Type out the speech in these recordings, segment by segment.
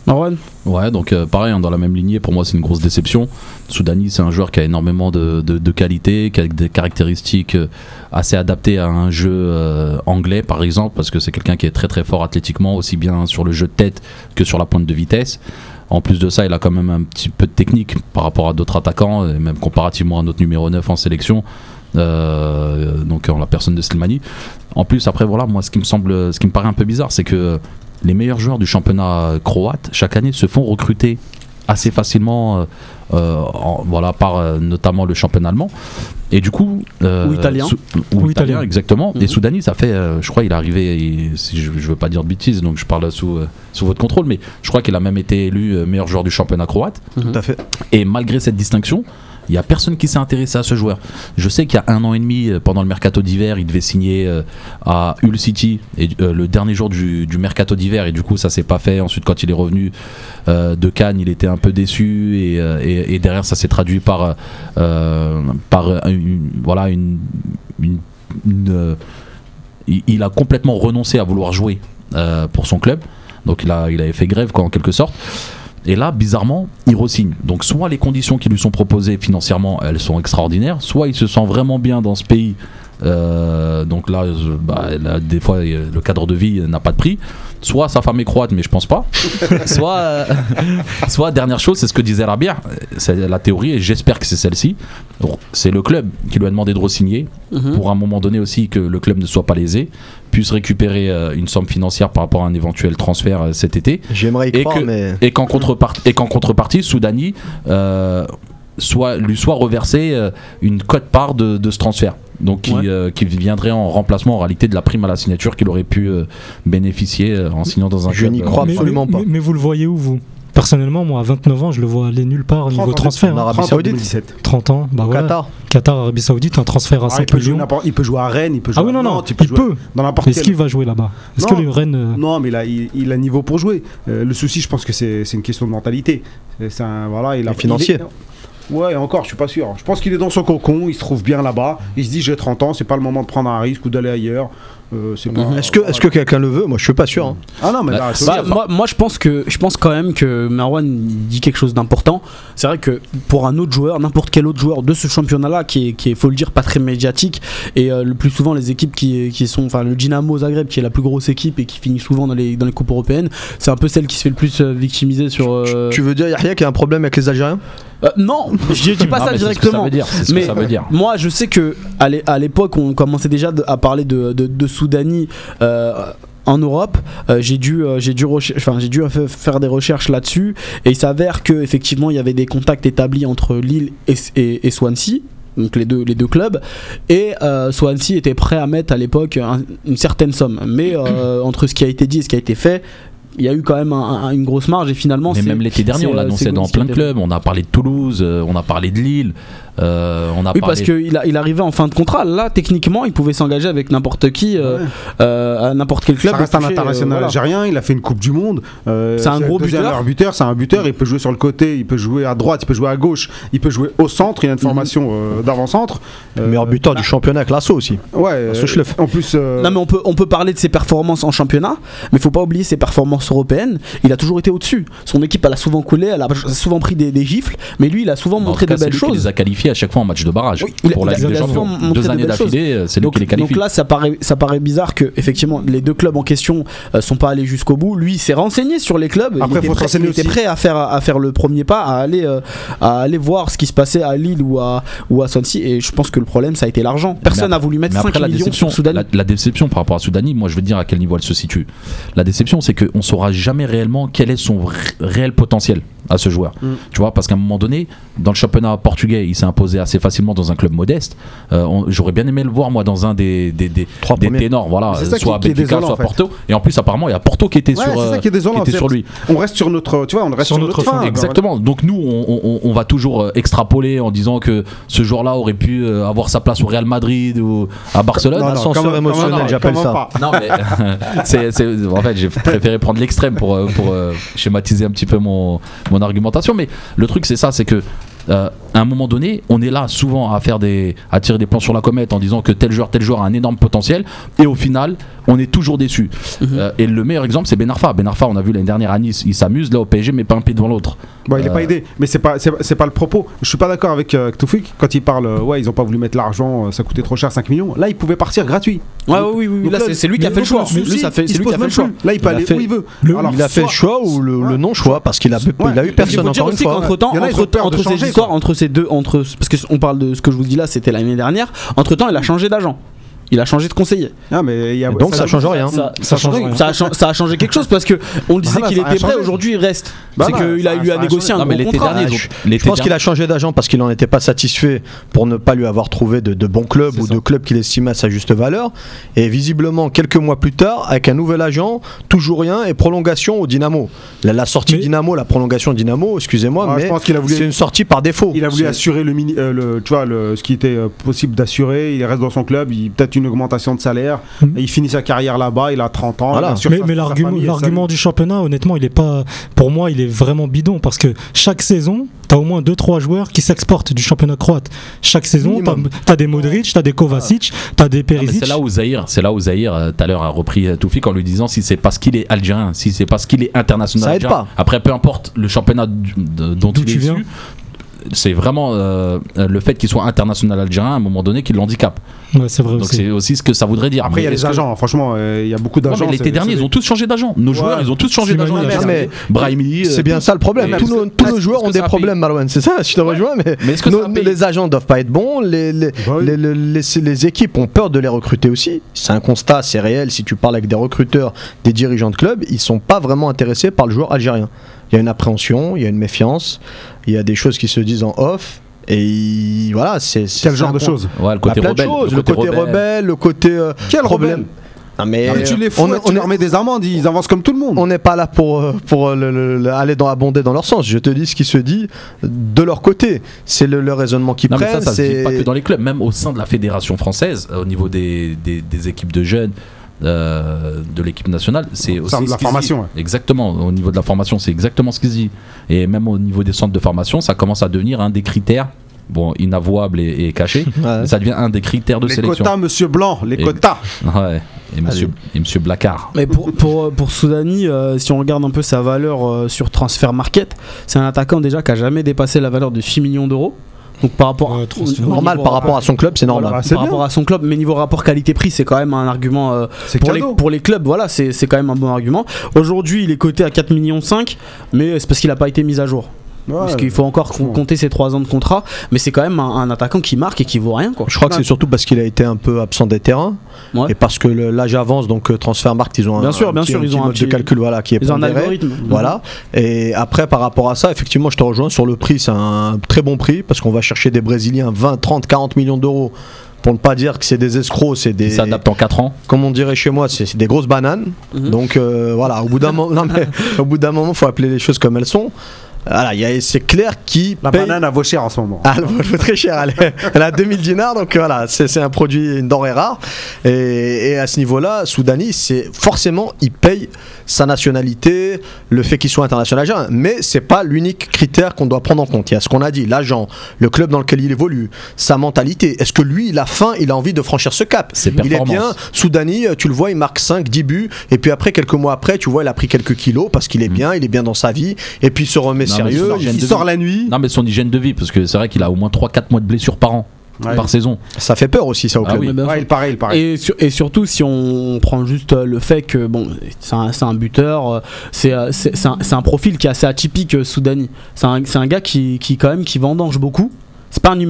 Marwan. Ouais, donc pareil, dans la même lignée, pour moi c'est une grosse déception. Soudani, c'est un joueur qui a énormément de qualités, qui a des caractéristiques assez adaptées à un jeu anglais par exemple, parce que c'est quelqu'un qui est très très fort athlétiquement, aussi bien sur le jeu de tête que sur la pointe de vitesse. En plus de ça, il a quand même un petit peu de technique par rapport à d'autres attaquants, et même comparativement à notre numéro 9 en sélection, donc en la personne de Slimani. En plus, après voilà, moi ce qui me paraît un peu bizarre, c'est que les meilleurs joueurs du championnat croate chaque année se font recruter assez facilement par notamment le championnat allemand et du coup ou italien ou italien exactement. Et Soudani, ça fait je crois il est arrivé, si je veux pas dire de bêtises, donc je parle sous votre contrôle, mais je crois qu'il a même été élu meilleur joueur du championnat croate. Tout à fait. Et malgré cette distinction, il n'y a personne qui s'est intéressé à ce joueur. Je sais qu'il y a 1 an et demi, pendant le mercato d'hiver, il devait signer à Hull City, et le dernier jour du mercato d'hiver, et du coup ça s'est pas fait. Ensuite, quand il est revenu de Cannes, il était un peu déçu, et derrière ça s'est traduit par il a complètement renoncé à vouloir jouer pour son club. Donc il avait fait grève en quelque sorte. Et là, bizarrement, il re-signe. Donc soit les conditions qui lui sont proposées financièrement, elles sont extraordinaires, soit il se sent vraiment bien dans ce pays. Donc là, des fois, le cadre de vie n'a pas de prix. Soit sa femme est croate, mais je pense pas. Soit dernière chose, c'est ce que disait Rabia, c'est la théorie, et j'espère que c'est celle-ci. C'est le club qui lui a demandé de re-signer, pour à un moment donné aussi que le club ne soit pas lésé, puisse récupérer une somme financière par rapport à un éventuel transfert cet été. J'aimerais y croire, mais... Et qu'en contrepartie, Soudani lui soit reversé une quote-part de ce transfert. Donc qui viendrait en remplacement en réalité de la prime à la signature qu'il aurait pu bénéficier en signant dans un club. Je n'y crois absolument pas. Mais vous le voyez où, vous ? Personnellement, moi à 29 ans, je le vois aller nulle part au niveau transfert. En Arabie Saoudite. 30 ans, bah voilà. Qatar, Arabie Saoudite, un transfert à 5 millions. Il peut jouer à Rennes, il peut jouer à Nantes, il peut. Dans n'importe Est-ce qu'il va jouer là-bas ? Est-ce que les Rennes... Non, mais là, il a niveau pour jouer. Le souci, je pense que c'est une question de mentalité. Il a financier. Ouais, encore, je suis pas sûr. Je pense qu'il est dans son cocon, il se trouve bien là-bas. Il se dit, j'ai 30 ans, c'est pas le moment de prendre un risque ou d'aller ailleurs. Est-ce que quelqu'un le veut ? Moi, je suis pas sûr. Hein. Ah non, mais là, moi, je pense quand même que Marwan dit quelque chose d'important. C'est vrai que pour un autre joueur, n'importe quel autre joueur de ce championnat-là, qui est, faut le dire, pas très médiatique, et le plus souvent les équipes qui sont, enfin le Dynamo Zagreb, qui est la plus grosse équipe et qui finit souvent dans les coupes européennes, c'est un peu celle qui se fait le plus victimiser sur. Tu veux dire, Yahya, qu'il y a un problème avec les Algériens ? Non, je dis pas ça directement. C'est ce que ça veut dire. Moi, je sais que à l'époque, on commençait déjà à parler de Soudani en Europe. J'ai dû faire des recherches là-dessus, et il s'avère que effectivement, il y avait des contacts établis entre Lille et Swansea. Donc les deux clubs, et Swansea était prêt à mettre à l'époque une certaine somme, mais entre ce qui a été dit et ce qui a été fait, il y a eu quand même une grosse marge, et finalement même l'été dernier on l'annonçait dans plein de clubs. On a parlé de Toulouse, on a parlé de Lille, parce qu'il arrivait en fin de contrat. Là techniquement il pouvait s'engager avec n'importe qui, à n'importe quel club. Ça reste un international algérien, il a fait une coupe du monde, c'est un gros buteur. C'est un buteur, il peut jouer sur le côté, il peut jouer à droite, il peut jouer à gauche, il peut jouer au centre, il a une formation d'avant-centre, meilleur buteur du championnat avec l'Asso aussi. En plus non, mais on peut parler de ses performances en championnat, mais faut pas oublier ses performances européennes. Il a toujours été au-dessus. Son équipe, elle a souvent coulé, elle a souvent pris des gifles, mais lui il a souvent montré de belles choses. Il les a qualifiés à chaque fois en match de barrage pour la Ligue des Champions. 2 années d'affilée, c'est lui qui les qualifie. Donc là ça paraît bizarre que effectivement les deux clubs en question sont pas allés jusqu'au bout. Lui il s'est renseigné sur les clubs. Après, il était prêt à faire le premier pas, à aller voir ce qui se passait à Lille ou à Swansea, et je pense que le problème ça a été l'argent. Personne n'a voulu mettre 5 millions sur Soudani. La déception par rapport à Soudani, moi je veux dire à quel niveau elle se situe. La déception, c'est qu'on saura jamais réellement quel est son réel potentiel à ce joueur. Tu vois, parce qu'à un moment donné, dans le championnat portugais, il s'est imposé assez facilement dans un club modeste. J'aurais bien aimé le voir moi dans un des ténors, voilà, soit à Benfica, soit à Porto. Et en plus apparemment il y a Porto qui était sur lui. On reste sur notre, tu vois, on reste sur notre fin. Exactement. Donc nous on va toujours extrapoler en disant que ce joueur-là aurait pu avoir sa place au Real Madrid ou à Barcelone. Ascenseur émotionnel, j'appelle ça. Non mais en fait j'ai préféré prendre l'extrême pour schématiser un petit peu mon argumentation, mais le truc c'est ça, c'est que à un moment donné, on est là souvent à tirer des plans sur la comète en disant que tel joueur a un énorme potentiel, et au final, on est toujours déçu. Et le meilleur exemple, c'est Ben Arfa. Ben Arfa, on a vu l'année dernière à Nice, il s'amuse là au PSG, mais pas un pied devant l'autre. Il n'est pas aidé, mais c'est pas le propos. Je suis pas d'accord avec Toufik quand il parle. Ils ont pas voulu mettre l'argent, ça coûtait trop cher, 5 millions. Là, il pouvait partir gratuit. Oui. Là, c'est lui qui a fait le choix. C'est lui qui a fait le choix. Là, il peut aller où il veut. Il a fait le choix ou le non-choix parce qu'il a eu personne encore une fois. Entre ces deux, parce qu'on parle de ce que je vous dis là, c'était l'année dernière. Entre temps, il a changé d'agent. Il a changé de conseiller. Donc ça change rien. Ça a changé quelque chose parce que on disait qu'il était prêt. Aujourd'hui, il reste. C'est qu'il a eu à négocier un bon contrat. Je pense qu'il a changé d'agent parce qu'il n'en était pas satisfait pour ne pas lui avoir trouvé de bons clubs ou de clubs qu'il estimait à sa juste valeur. Et visiblement, quelques mois plus tard, avec un nouvel agent, toujours rien et prolongation au Dynamo. La sortie Dynamo, la prolongation Dynamo, excusez-moi, mais c'est une sortie par défaut. Il a voulu assurer ce qui était possible d'assurer. Il reste dans son club. Peut-être une augmentation de salaire, et il finit sa carrière là-bas, il a 30 ans. Voilà. Mais l'argument du championnat, honnêtement, pour moi, il est vraiment bidon parce que chaque saison, t'as au moins 2-3 joueurs qui s'exportent du championnat croate. Chaque saison, t'as des Modric, t'as des Kovacic, t'as des Perisic. C'est là où Zahir, tout à l'heure, a repris Toufik en lui disant si c'est parce qu'il est algérien, si c'est parce qu'il est international. Ça aide pas. Après, peu importe le championnat dont il est issu, c'est vraiment le fait qu'il soit international algérien à un moment donné qui l'handicape. Ouais, c'est vrai. Donc aussi. c'est aussi ce que ça voudrait dire. Après il y a les agents, franchement il y a beaucoup d'agents. Non, mais l'été dernier ils ont tous changé d'agent. Nos joueurs ils ont tous changé d'agent. Brahimi, c'est bien ça le problème. Tous nos joueurs ont des problèmes, Marouane. C'est ça, je te rejoins. Mais les agents doivent pas être bons. Les équipes ont peur de les recruter aussi. C'est un constat, c'est réel. Si tu parles avec des recruteurs, des dirigeants de clubs, ils sont pas vraiment intéressés par le joueur algérien. Il y a une appréhension, il y a une méfiance, il y a des choses qui se disent en off. Et voilà, c'est quel genre de choses? Le côté rebelle. Le côté rebelle, le côté quel problème. Non, mais tu les fous, on leur met des amendes, ils avancent comme tout le monde. On n'est pas là pour aller abonder dans leur sens. Je te dis ce qui se dit de leur côté. C'est le raisonnement qu'ils prennent. Mais ça se dit pas que dans les clubs, même au sein de la fédération française, au niveau des équipes de jeunes. De l'équipe nationale, c'est aussi de la formation. Exactement, au niveau de la formation, c'est exactement ce qu'ils disent. Et même au niveau des centres de formation, ça commence à devenir un des critères, inavouable et caché, mais ça devient un des critères de sélection. Les quotas, monsieur Blanc, les quotas. Ouais. Et monsieur Blacard. Mais pour Soudani, si on regarde un peu sa valeur sur Transfer Market, c'est un attaquant déjà qui a jamais dépassé la valeur de 6 millions d'euros. Donc par rapport par rapport à son club, c'est normal. Voilà, par rapport à son club, mais niveau rapport qualité-prix, c'est quand même un argument pour les clubs. Voilà, c'est quand même un bon argument. Aujourd'hui, il est coté à 4,5 millions, mais c'est parce qu'il n'a pas été mis à jour. Parce qu'il faut encore compter ses 3 ans de contrat, mais c'est quand même un attaquant qui marque et qui vaut rien, quoi. Je crois que c'est surtout parce qu'il a été un peu absent des terrains, et parce que l'âge avance, donc Transfermarkt ils ont un mode de calcul qui est pondéré, un algorithme. Voilà. Et après par rapport à ça, effectivement, je te rejoins sur le prix, c'est un très bon prix parce qu'on va chercher des Brésiliens 20, 30, 40 millions d'euros. Pour ne pas dire que c'est des escrocs, c'est des. Qui s'adaptent en 4 ans. Comme on dirait chez moi, c'est des grosses bananes. Donc voilà, au bout d'un moment, faut appeler les choses comme elles sont. Voilà, c'est clair la banane elle vaut cher en ce moment. Elle vaut très cher, elle a 2000 dinars, donc voilà, c'est un produit, une denrée rare. Et à ce niveau-là, Soudani, c'est forcément, il paye sa nationalité, le fait qu'il soit international, mais c'est pas l'unique critère qu'on doit prendre en compte. Il y a ce qu'on a dit, l'agent, le club dans lequel il évolue, sa mentalité. Est-ce que lui, il a faim, il a envie de franchir ce cap? Il est bien, Soudani, tu le vois, il marque 5, 10 buts, et puis après, quelques mois après, tu vois, il a pris quelques kilos parce qu'il est bien, il est bien dans sa vie, et puis il se remet sérieux, il sort la nuit. Non, mais son hygiène de vie, parce que c'est vrai qu'il a au moins 3-4 mois de blessures par an. Par saison. Ça fait peur aussi, ça, au club. Il paraît. Et surtout, si on prend juste le fait que c'est un buteur, c'est un profil qui est assez atypique, Soudani. C'est un gars qui quand même qui vendange beaucoup. C'est pas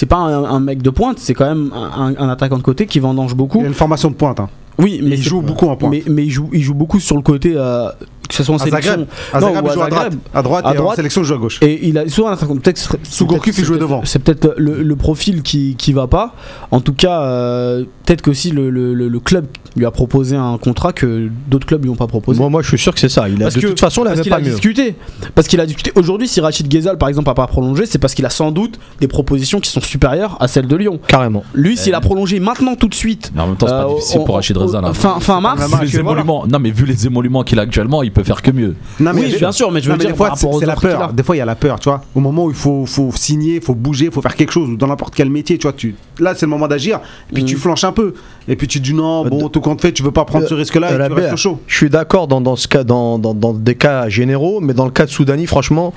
un mec de pointe, c'est quand même un attaquant de côté qui vendange beaucoup. Il a une formation de pointe. Oui, mais il joue beaucoup en pointe. Mais il joue beaucoup sur le côté, que ce soit en sélection. À Zagreb, il joue à droite et en sélection, il joue à gauche. Et il a souvent un attaquant. Peut-être Sougorkuf, il jouait devant. C'est peut-être le profil qui va pas. En tout cas, peut-être que aussi le club lui a proposé un contrat que d'autres clubs lui ont pas proposé. Moi, je suis sûr que c'est ça. De toute façon, il avait pas mieux. Parce qu'il a discuté. Aujourd'hui, si Rachid Ghezal, par exemple, a pas prolongé, c'est parce qu'il a sans doute des propositions qui sont supérieures à celles de Lyon. Carrément. Lui, s'il a prolongé maintenant tout de suite. Mais en même temps, c'est pas difficile pour Rachid Zaza, là. fin mars. Vu les émoluments, non mais vu les émoluments qu'il a actuellement, il peut faire que mieux. Non, mais Oui, bien sûr, mais je veux dire, des fois, par rapport aux c'est la offres qu'il a. peur. Des fois, il y a la peur, tu vois. Au moment où il faut signer, il faut bouger, il faut faire quelque chose, ou dans n'importe quel métier, tu vois. Là, c'est le moment d'agir, puis tu flanches un peu. Et puis tu te dis non, bon, tout compte fait, tu veux pas prendre ce risque-là et tu restes au chaud. Je suis d'accord dans ce cas, dans des cas généraux, mais dans le cas de Soudani, franchement,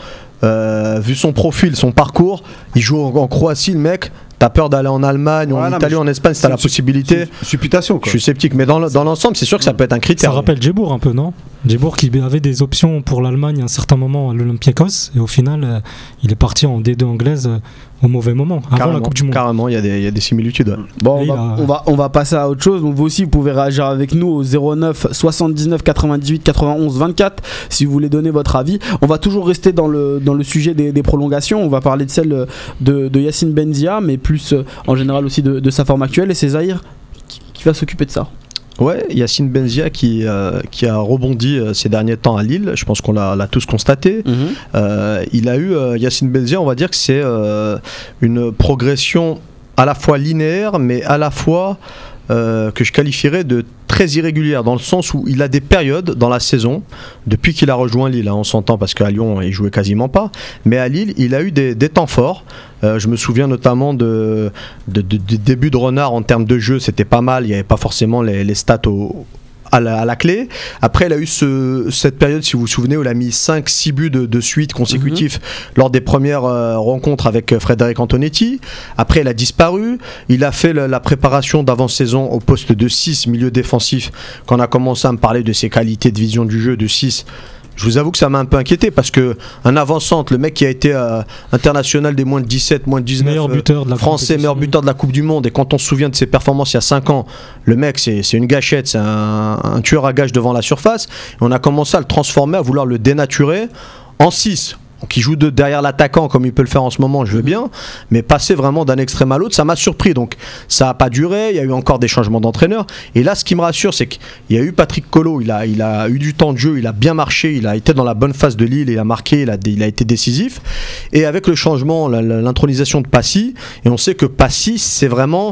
vu son profil, son parcours, il joue en Croatie, le mec. T'as peur d'aller en Allemagne, en Italie, en Espagne, si t'as la possibilité. Supputation, quoi. Je suis sceptique, mais dans l'ensemble, c'est sûr que ça peut être un critère. Ça rappelle Djebour un peu, non? Djebour qui avait des options pour l'Allemagne à un certain moment à l'Olympiakos, et au final, il est parti en D2 anglaise au mauvais moment, avant la Coupe du Monde. Carrément, il y a des similitudes. Ouais. Bon, on va passer à autre chose. Donc vous aussi, vous pouvez réagir avec nous au 09 79 98 91 24 si vous voulez donner votre avis. On va toujours rester dans le sujet des prolongations. On va parler de celle de Yacine Benzia, mais plus en général aussi de sa forme actuelle. Et c'est Zahir qui va s'occuper de ça. Ouais, Yacine Benzia qui a rebondi ces derniers temps à Lille, je pense qu'on l'a tous constaté. Il a eu, Yacine Benzia, on va dire que c'est une progression à la fois linéaire, mais à la fois que je qualifierais de très irrégulière, dans le sens où il a des périodes dans la saison, depuis qu'il a rejoint Lille, on s'entend parce qu'à Lyon il jouait quasiment pas, mais à Lille il a eu des temps forts. Je me souviens notamment de début de Renard en termes de jeu, c'était pas mal, il n'y avait pas forcément les stats à la clé. Après, il a eu cette période, si vous vous souvenez, où il a mis 5-6 buts de suite consécutifs lors des premières rencontres avec Frédéric Antonetti. Après, il a disparu. Il a fait la préparation d'avant-saison au poste de 6, milieu défensif. Quand on a commencé à me parler de ses qualités de vision du jeu de 6, je vous avoue que ça m'a un peu inquiété, parce que un avant-centre, le mec qui a été international des moins de 17, moins de 19, meilleur buteur de la français, meilleur buteur de la Coupe du Monde, et quand on se souvient de ses performances il y a 5 ans, le mec c'est une gâchette, c'est un tueur à gages devant la surface, et on a commencé à le transformer, à vouloir le dénaturer en 6. Qui joue derrière l'attaquant comme il peut le faire en ce moment, je veux bien, mais passer vraiment d'un extrême à l'autre, ça m'a surpris. Donc ça n'a pas duré, il y a eu encore des changements d'entraîneur, et là ce qui me rassure, c'est qu'il y a eu Patrick Collot, il a eu du temps de jeu, il a bien marché, il a été dans la bonne phase de Lille, il a marqué, il a été décisif, et avec le changement, l'intronisation de Passy, et on sait que Passy c'est vraiment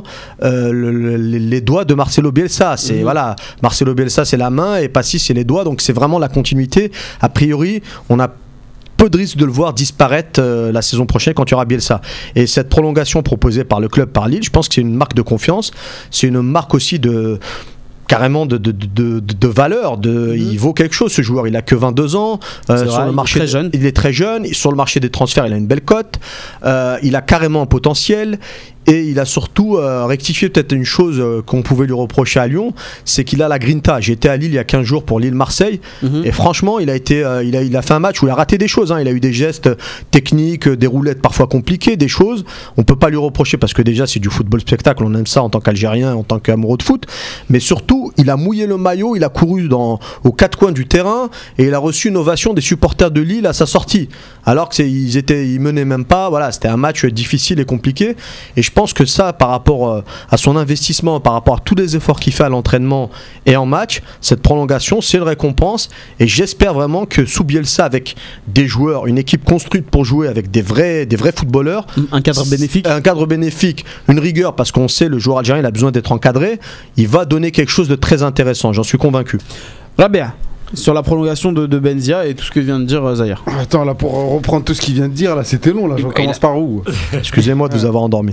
les doigts de Marcelo Bielsa, c'est voilà, Marcelo Bielsa c'est la main et Passy c'est les doigts, donc c'est vraiment la continuité. A priori on a peu de risque de le voir disparaître la saison prochaine quand il y aura Bielsa. Et cette prolongation proposée par le club, par Lille, je pense que c'est une marque de confiance, c'est une marque aussi carrément de valeur, il vaut quelque chose ce joueur, il a que 22 ans, sur le marché, il est très jeune, sur le marché des transferts il a une belle cote, il a carrément un potentiel. Et il a surtout rectifié peut-être une chose qu'on pouvait lui reprocher à Lyon, c'est qu'il a la grinta. J'étais à Lille il y a 15 jours pour Lille-Marseille, et franchement il a fait un match où il a raté des choses, il a eu des gestes techniques, des roulettes parfois compliquées, des choses, on peut pas lui reprocher parce que déjà c'est du football spectacle, on aime ça en tant qu'Algérien, en tant qu'amoureux de foot, mais surtout il a mouillé le maillot, il a couru aux quatre coins du terrain, et il a reçu une ovation des supporters de Lille à sa sortie, alors qu'ils menaient même pas, voilà, c'était un match difficile et compliqué, et je pense que ça, par rapport à son investissement, par rapport à tous les efforts qu'il fait à l'entraînement et en match, cette prolongation, c'est une récompense, et j'espère vraiment que sous Bielsa, avec des joueurs, une équipe construite pour jouer avec des vrais footballeurs, un cadre bénéfique, une rigueur, parce qu'on sait le joueur algérien il a besoin d'être encadré, il va donner quelque chose de très intéressant, j'en suis convaincu. Rabea, sur la prolongation de Benzia et tout ce que vient de dire Zahir. Attends, là, pour reprendre tout ce qu'il vient de dire, là, c'était long, là, je commence par où? Excusez-moi de vous avoir endormi.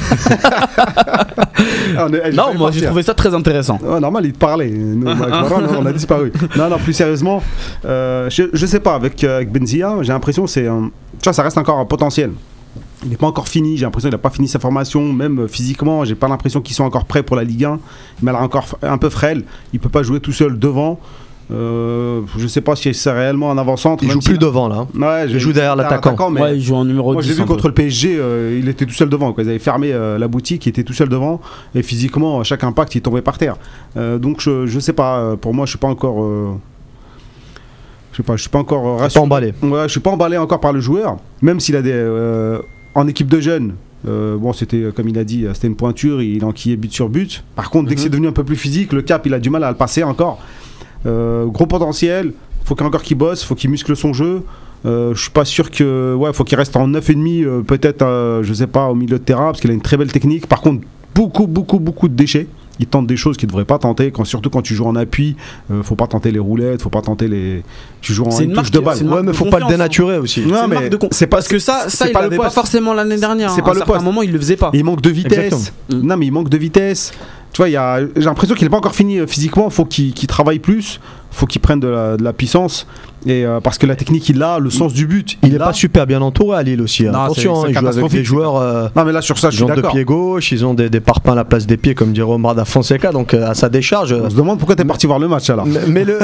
Non, moi j'ai trouvé ça très intéressant. Normal, il te parlait. Nous, on a disparu. Non, plus sérieusement, je sais pas, avec Benzia, j'ai l'impression que tu vois, ça reste encore un potentiel. Il n'est pas encore fini, j'ai l'impression qu'il n'a pas fini sa formation, même physiquement, j'ai pas l'impression qu'ils sont encore prêts pour la Ligue 1. Il m'a l'air encore un peu frêle, il peut pas jouer tout seul devant. Je sais pas si c'est réellement un avant-centre. Il joue plus devant là. Ouais, il joue derrière l'attaquant. Ouais, il joue en numéro 10. Moi j'ai vu contre le PSG, il était tout seul devant. Ils avaient fermé la boutique, il était tout seul devant. Et physiquement, à chaque impact, il tombait par terre. Donc je sais pas. Pour moi, je suis pas encore. Je suis pas encore rassuré. Pas emballé. Ouais, je suis pas emballé encore par le joueur. Même s'il a en équipe de jeunes. Bon, c'était comme il a dit, c'était une pointure. Il enquillait but sur but. Par contre, dès que c'est devenu un peu plus physique, le cap, il a du mal à le passer encore. Gros potentiel, faut qu'encore qu'il bosse, faut qu'il muscle son jeu. Je suis pas sûr que. Ouais, faut qu'il reste en 9,5, peut-être, je sais pas, au milieu de terrain, parce qu'il a une très belle technique. Par contre, beaucoup de déchets. il tente des choses qu'il ne devrait pas tenter, surtout quand tu joues en appui. Faut pas tenter les roulettes, faut pas tenter les. Tu joues en une touche de balle. Ouais, mais faut pas le dénaturer aussi. Non, mais c'est parce que ça il l'avait pas forcément l'année dernière. C'est pas le poste. À un moment, il le faisait pas. Il manque de vitesse. Non, mais il manque de vitesse. Tu vois, j'ai l'impression qu'il n'est pas encore fini physiquement. Faut qu'il travaille plus. Faut qu'il prenne de la puissance. Et parce que la technique, il a, le sens du but. Il n'est pas super bien entouré à Lille aussi. Non, attention, il joue avec des joueurs. Non, mais là, sur ça, je suis d'accord. De pied gauche, ils ont des parpaings à la place des pieds, comme dirait Omar da Fonseca. Donc, à sa décharge. On se demande pourquoi tu es parti voir le match alors. Mets-le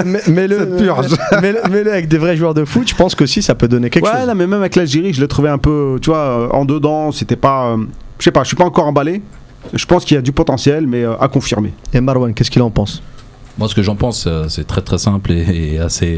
avec des vrais joueurs de foot, je pense que si, ça peut donner quelque chose. Ouais, mais même avec l'Algérie, je l'ai trouvé un peu, tu vois, en dedans. C'était pas. Je sais pas, je suis pas encore emballé. Je pense qu'il y a du potentiel, mais à confirmer. Et Marwan, qu'est-ce qu'il en pense? Moi, ce que j'en pense, c'est très très simple et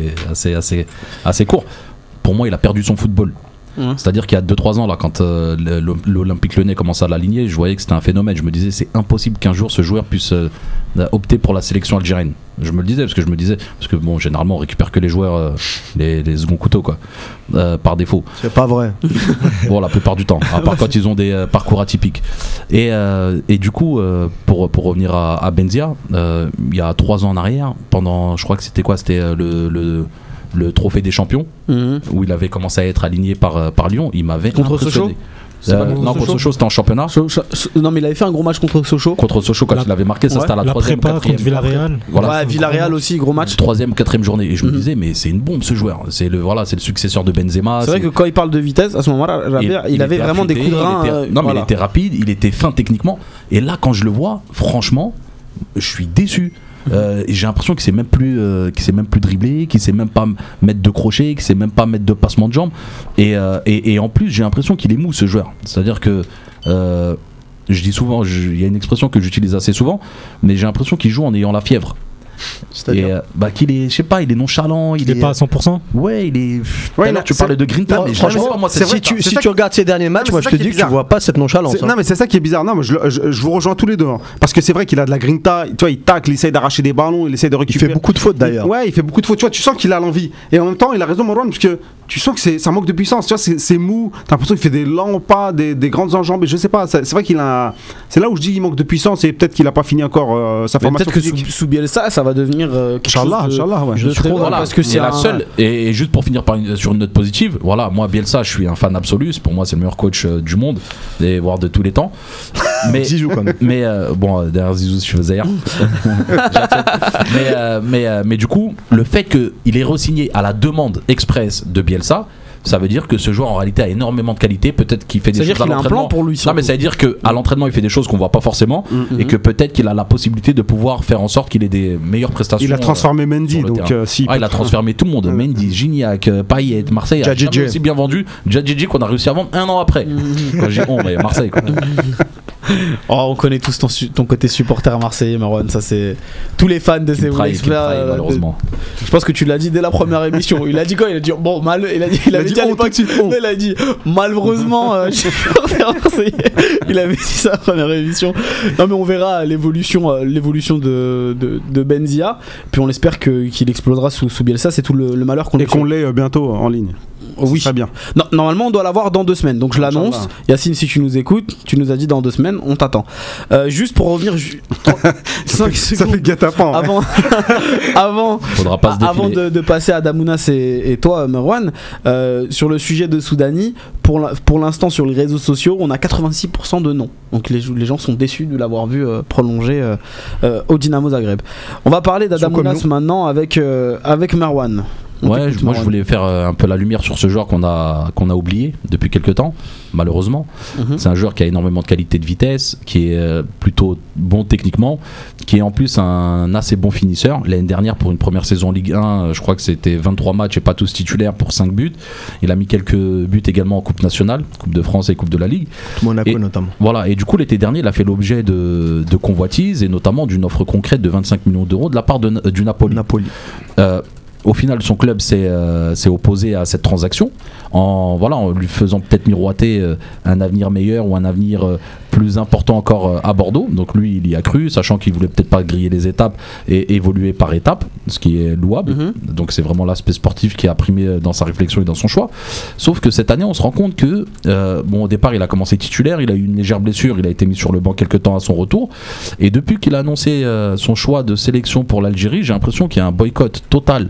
assez court. Pour moi, il a perdu son football. C'est-à-dire qu'il y a 2-3 ans, là, quand l'Olympique Lyonnais commençait à l'aligner, je voyais que c'était un phénomène. Je me disais, c'est impossible qu'un jour ce joueur puisse opter pour la sélection algérienne. Je me le disais, parce que bon, généralement, on récupère que les joueurs, les seconds couteaux, quoi, par défaut. C'est pas vrai. Bon, la plupart du temps, à part quand ils ont des parcours atypiques. Et du coup, pour revenir à Benzia, il y a 3 ans en arrière, je crois que c'était quoi? C'était le trophée des champions, où il avait commencé à être aligné par Lyon. Il m'avait contre impressionné. Non, contre Sochaux, c'était en championnat. Non, mais il avait fait un gros match contre Sochaux. Contre Sochaux, quand il avait marqué, ça c'était à la 3e, 4e. Contre Villarreal. Voilà, Villarreal aussi, gros match. 3e, 4e journée. Et je me disais, mais c'est une bombe ce joueur. C'est le successeur de Benzema. C'est vrai que quand il parle de vitesse, à ce moment-là, il avait vraiment des coups de rein. Non, mais il était rapide, il était fin techniquement. Et là, quand je le vois, franchement, je suis déçu. J'ai l'impression qu'il sait même plus dribbler, qu'il sait même pas mettre de crochet, qu'il sait même pas mettre de passement de jambes. Et en plus, j'ai l'impression qu'il est mou ce joueur. C'est-à-dire que je dis souvent, il y a une expression que j'utilise assez souvent, mais j'ai l'impression qu'il joue en ayant la fièvre. Et qu'il est, je sais pas, il est nonchalant, il est pas à 100%. Ouais, il est. Ouais, non, tu parlais de Grinta, mais franchement, moi, si tu regardes ses derniers matchs, moi je te dis que tu vois pas cette nonchalance. Non, mais c'est ça qui est bizarre. Non, mais je vous rejoins tous les deux. Parce que c'est vrai qu'il a de la Grinta. Tu vois, il tacle, il essaye d'arracher des ballons, il essaye de récupérer. Il fait beaucoup de fautes d'ailleurs. Ouais, il fait beaucoup de fautes. Tu vois, tu sens qu'il a l'envie. Et en même temps, il a raison, Marwan, parce que tu sens que ça manque de puissance. Tu vois, c'est mou. T'as l'impression qu'il fait des longs pas, des grandes enjambées. Je sais pas. C'est vrai qu'il a. C'est là où je dis qu'il manque de puissance et peut-être qu'il a pas fini encore sa formation. Peut-être que sous Bielsa, ça va devenir. Inch'Allah, ouais. Je suis content parce que c'est la seule. Et juste pour finir sur une note positive, voilà, moi Bielsa, je suis un fan absolu. Pour moi, c'est le meilleur coach du monde, voire de tous les temps. Mais Zizou quand même. Mais bon, derrière Zizou, je faisais hier. mais du coup, le fait qu'il ait re-signé à la demande express de Bielsa, ça veut dire que ce joueur en réalité a énormément de qualité. Peut-être qu'il fait des choses à l'entraînement. Ça veut dire qu'il a un plan pour lui. Non, mais ça veut dire qu'à l'entraînement il fait des choses qu'on voit pas forcément et que peut-être qu'il a la possibilité de pouvoir faire en sorte qu'il ait des meilleures prestations. Il a transformé Mendy, donc il a transformé tout le monde. Mendy, Gignac, Payet, Marseille a jamais aussi bien vendu. Djadjidji qu'on a réussi à vendre 1 an après. Quand j'ai mais Marseille quoi. Oh, on connaît tous ton côté supporter marseillais, Marwan. Ça, c'est tous les fans de ces malheureusement. Je pense que tu l'as dit dès la première émission. Il a dit quoi? Il a dit bon, il avait dit à l'époque. Il a dit malheureusement, supporter marseillais. Il avait dit ça à la première émission. Non, mais on verra l'évolution de Benzia. Puis on espère qu'il explosera sous Bielsa. C'est tout le malheur qu'on. Et qu'on l'ait bientôt en ligne. Oui, très bien. Non, normalement, on doit l'avoir dans 2 semaines. Donc je l'annonce. Yacine, si tu nous écoutes, tu nous as dit dans 2 semaines, on t'attend. Juste pour revenir 5 secondes. Ça fait guet-apens. Avant de passer à Damounas et toi, Marwan, sur le sujet de Soudani, pour l'instant sur les réseaux sociaux, on a 86% de non. Donc les gens sont déçus de l'avoir vu prolonger au Dynamo Zagreb. On va parler d'Adamounas maintenant avec Marwan. Ouais, moi je voulais faire un peu la lumière sur ce joueur qu'on a oublié depuis quelques temps, malheureusement. C'est un joueur qui a énormément de qualité de vitesse, qui est plutôt bon techniquement, qui est en plus un assez bon finisseur. L'année dernière, pour une première saison en Ligue 1, je crois que c'était 23 matchs et pas tous titulaires pour 5 buts. Il a mis quelques buts également en Coupe nationale, Coupe de France et Coupe de la Ligue. Monaco notamment. Voilà, et du coup l'été dernier, il a fait l'objet de convoitises et notamment d'une offre concrète de 25 millions d'euros de la part du Napoli. Au final, son club s'est opposé à cette transaction en lui faisant peut-être miroiter un avenir meilleur ou un avenir plus important encore à Bordeaux. Donc lui, il y a cru, sachant qu'il voulait peut-être pas griller les étapes et évoluer par étapes, ce qui est louable. Donc c'est vraiment l'aspect sportif qui a primé dans sa réflexion et dans son choix. Sauf que cette année, on se rend compte que au départ, il a commencé titulaire, il a eu une légère blessure, il a été mis sur le banc quelques temps à son retour. Et depuis qu'il a annoncé son choix de sélection pour l'Algérie, j'ai l'impression qu'il y a un boycott total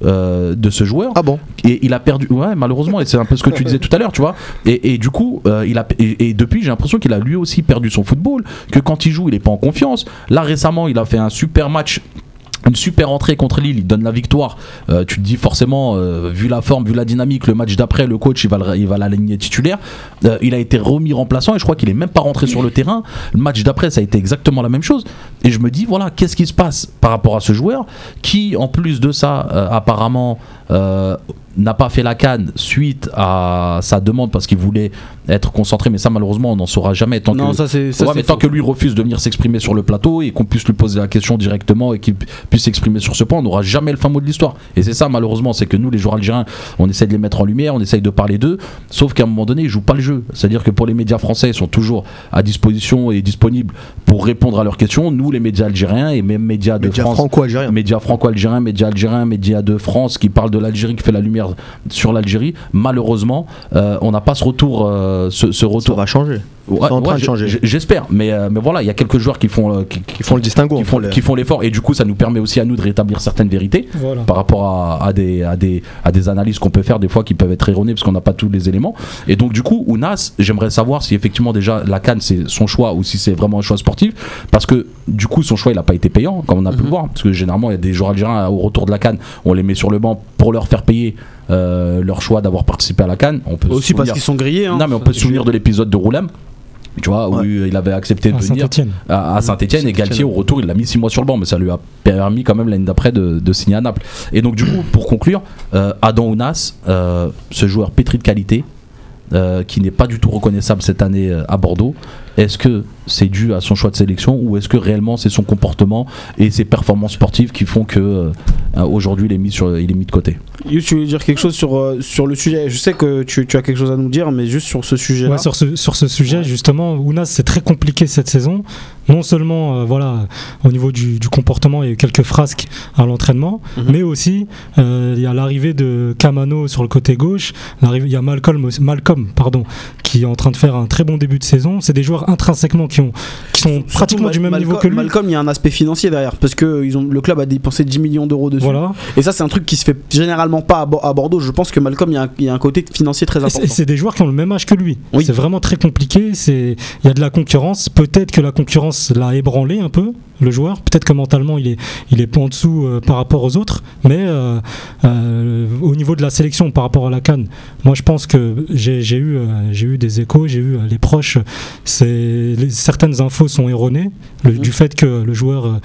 de ce joueur. Ah bon? Et il a perdu, ouais, malheureusement, et c'est un peu ce que tu disais tout à l'heure, tu vois. Et du coup, depuis, j'ai l'impression qu'il a lui aussi perdu son football, que quand il joue, il est pas en confiance. Là, récemment, il a fait un super match, une super entrée contre Lille, il donne la victoire. Tu te dis forcément, vu la forme, vu la dynamique, le match d'après, le coach il va l'aligner titulaire. Il a été remis remplaçant et je crois qu'il est même pas rentré sur le terrain. Le match d'après, ça a été exactement la même chose. Et je me dis, voilà, qu'est-ce qui se passe par rapport à ce joueur qui, en plus de ça, apparemment n'a pas fait la CAN suite à sa demande parce qu'il voulait être concentré, mais ça malheureusement on n'en saura jamais tant que lui refuse de venir s'exprimer sur le plateau et qu'on puisse lui poser la question directement et qu'il puisse s'exprimer sur ce point, on n'aura jamais le fin mot de l'histoire. Et c'est ça malheureusement, c'est que nous les joueurs algériens, on essaie de les mettre en lumière, on essaye de parler d'eux, sauf qu'à un moment donné ils jouent pas le jeu. C'est-à-dire que pour les médias français, ils sont toujours à disposition et disponibles pour répondre à leurs questions. Nous les médias algériens et même médias de France, médias franco-algériens, médias algériens, médias de France qui parlent de l'Algérie, qui fait la lumière sur l'Algérie, malheureusement on n'a pas ce retour. Ce retour va changer. Ouais, c'est en train de changer. J'espère, mais voilà, il y a quelques joueurs qui font le distinguo, qui font l'effort, et du coup ça nous permet aussi à nous de rétablir certaines vérités par rapport à des analyses qu'on peut faire des fois qui peuvent être erronées parce qu'on n'a pas tous les éléments. Et donc du coup Ounas, j'aimerais savoir si effectivement déjà la CAN c'est son choix ou si c'est vraiment un choix sportif, parce que du coup son choix il n'a pas été payant comme on a pu le voir, parce que généralement il y a des joueurs algériens au retour de la CAN, on les met sur le banc pour leur faire payer leur choix d'avoir participé à la CAN. On peut aussi parce qu'ils sont grillés. Non mais on peut se souvenir de l'épisode de Roulem, tu vois, où il avait accepté de venir à Saint-Etienne, et Galtier au retour il l'a mis 6 mois sur le banc, mais ça lui a permis quand même l'année d'après de signer à Naples. Et donc du coup pour conclure, Adam Ounas, ce joueur pétri de qualité, qui n'est pas du tout reconnaissable cette année à Bordeaux, est-ce que c'est dû à son choix de sélection ou est-ce que réellement c'est son comportement et ses performances sportives qui font que aujourd'hui il est mis de côté? Yous, tu veux dire quelque chose sur le sujet? Je sais que tu as quelque chose à nous dire, mais juste sur ce sujet-là. Ouais, sur ce sujet, justement, Ounas, c'est très compliqué cette saison. Non seulement au niveau du comportement, il y a eu quelques frasques à l'entraînement, mais aussi il y a l'arrivée de Kamano sur le côté gauche, il y a Malcolm qui est en train de faire un très bon début de saison. C'est des joueurs intrinsèquement qui sont pratiquement du même niveau que lui. Malcolm, il y a un aspect financier derrière, parce que le club a dépensé 10 millions d'euros dessus. Voilà. Et ça, c'est un truc qui se fait généralement pas à Bordeaux. Je pense que Malcolm, il y a un côté financier très important. C'est des joueurs qui ont le même âge que lui. Oui. C'est vraiment très compliqué. Il y a de la concurrence. Peut-être que la concurrence l'a ébranlé un peu, le joueur. Peut-être que mentalement, il est pas en dessous par rapport aux autres. Mais au niveau de la sélection par rapport à la CAN, moi, je pense que j'ai eu des échos, j'ai eu les proches. Certaines infos sont erronées du fait que le joueur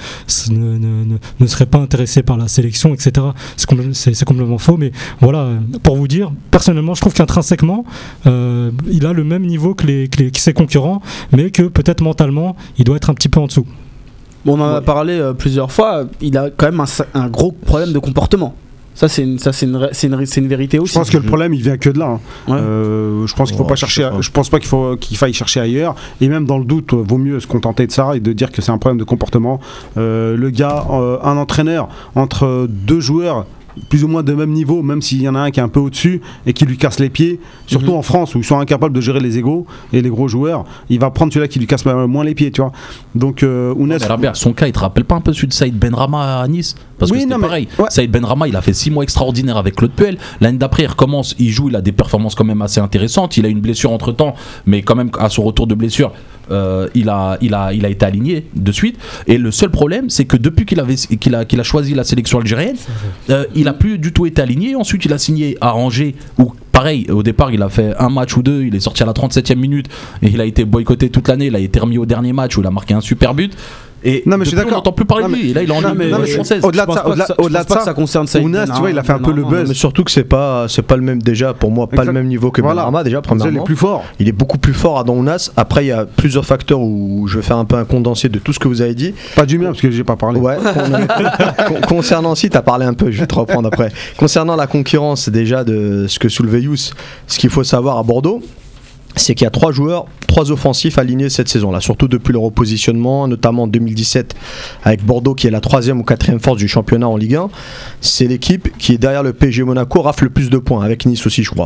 ne serait pas intéressé par la sélection, etc. C'est complètement faux, mais voilà, pour vous dire, personnellement je trouve qu'intrinsèquement il a le même niveau que ses concurrents, mais que peut-être mentalement il doit être un petit peu en dessous. Bon, on en a parlé plusieurs fois, il a quand même un gros problème de comportement. Ça c'est une vérité aussi. Je pense que le problème il vient que de là. Je pense qu'il faut pas chercher. Je pense pas qu'il faille chercher ailleurs. Et même dans le doute, vaut mieux se contenter de ça et de dire que c'est un problème de comportement. Le gars, un entraîneur entre deux joueurs plus ou moins de même niveau, même s'il y en a un qui est un peu au-dessus et qui lui casse les pieds, surtout en France où ils sont incapables de gérer les égos et les gros joueurs, il va prendre celui-là qui lui casse moins les pieds, tu vois. Donc Ounas, son cas, il te rappelle pas un peu celui de Saïd Benrahma à Nice? Parce que c'était pareil. Saïd Benrahma, il a fait 6 mois extraordinaires avec Claude Puel. L'année d'après, il recommence, il joue, il a des performances quand même assez intéressantes. Il a une blessure entre temps, mais quand même à son retour de blessure, il a été aligné de suite. Et le seul problème, c'est que depuis qu'il a choisi la sélection algérienne, il a plus du tout été aligné. Ensuite, il a signé à Angers, où pareil, au départ, il a fait un match ou deux, il est sorti à la 37e minute et il a été boycotté toute l'année. Il a été remis au dernier match où il a marqué un super but. Et non mais je suis d'accord, on n'entend plus parler de lui. Et là il est en Ligue française. Au-delà de ça, ça concerne Ounas, tu vois, il a fait un peu le buzz. Mais surtout que c'est pas le même, déjà pour moi, pas le même niveau que Benrahma déjà premièrement. Il est plus fort. Il est beaucoup plus fort Adam Ounas. Après il y a plusieurs facteurs où je vais faire un peu un condensé de tout ce que vous avez dit. Pas du mien parce que j'ai pas parlé. Ouais. Concernant, si t'as parlé un peu, je vais te reprendre après. Concernant la concurrence déjà de ce que soulevait Youss, ce qu'il faut savoir à Bordeaux, c'est qu'il y a 3 offensifs alignés cette saison-là, surtout depuis le repositionnement, notamment en 2017 avec Bordeaux qui est la 3e ou 4e force du championnat en Ligue 1. C'est l'équipe qui est derrière le PSG Monaco, rafle le plus de points, avec Nice aussi je crois.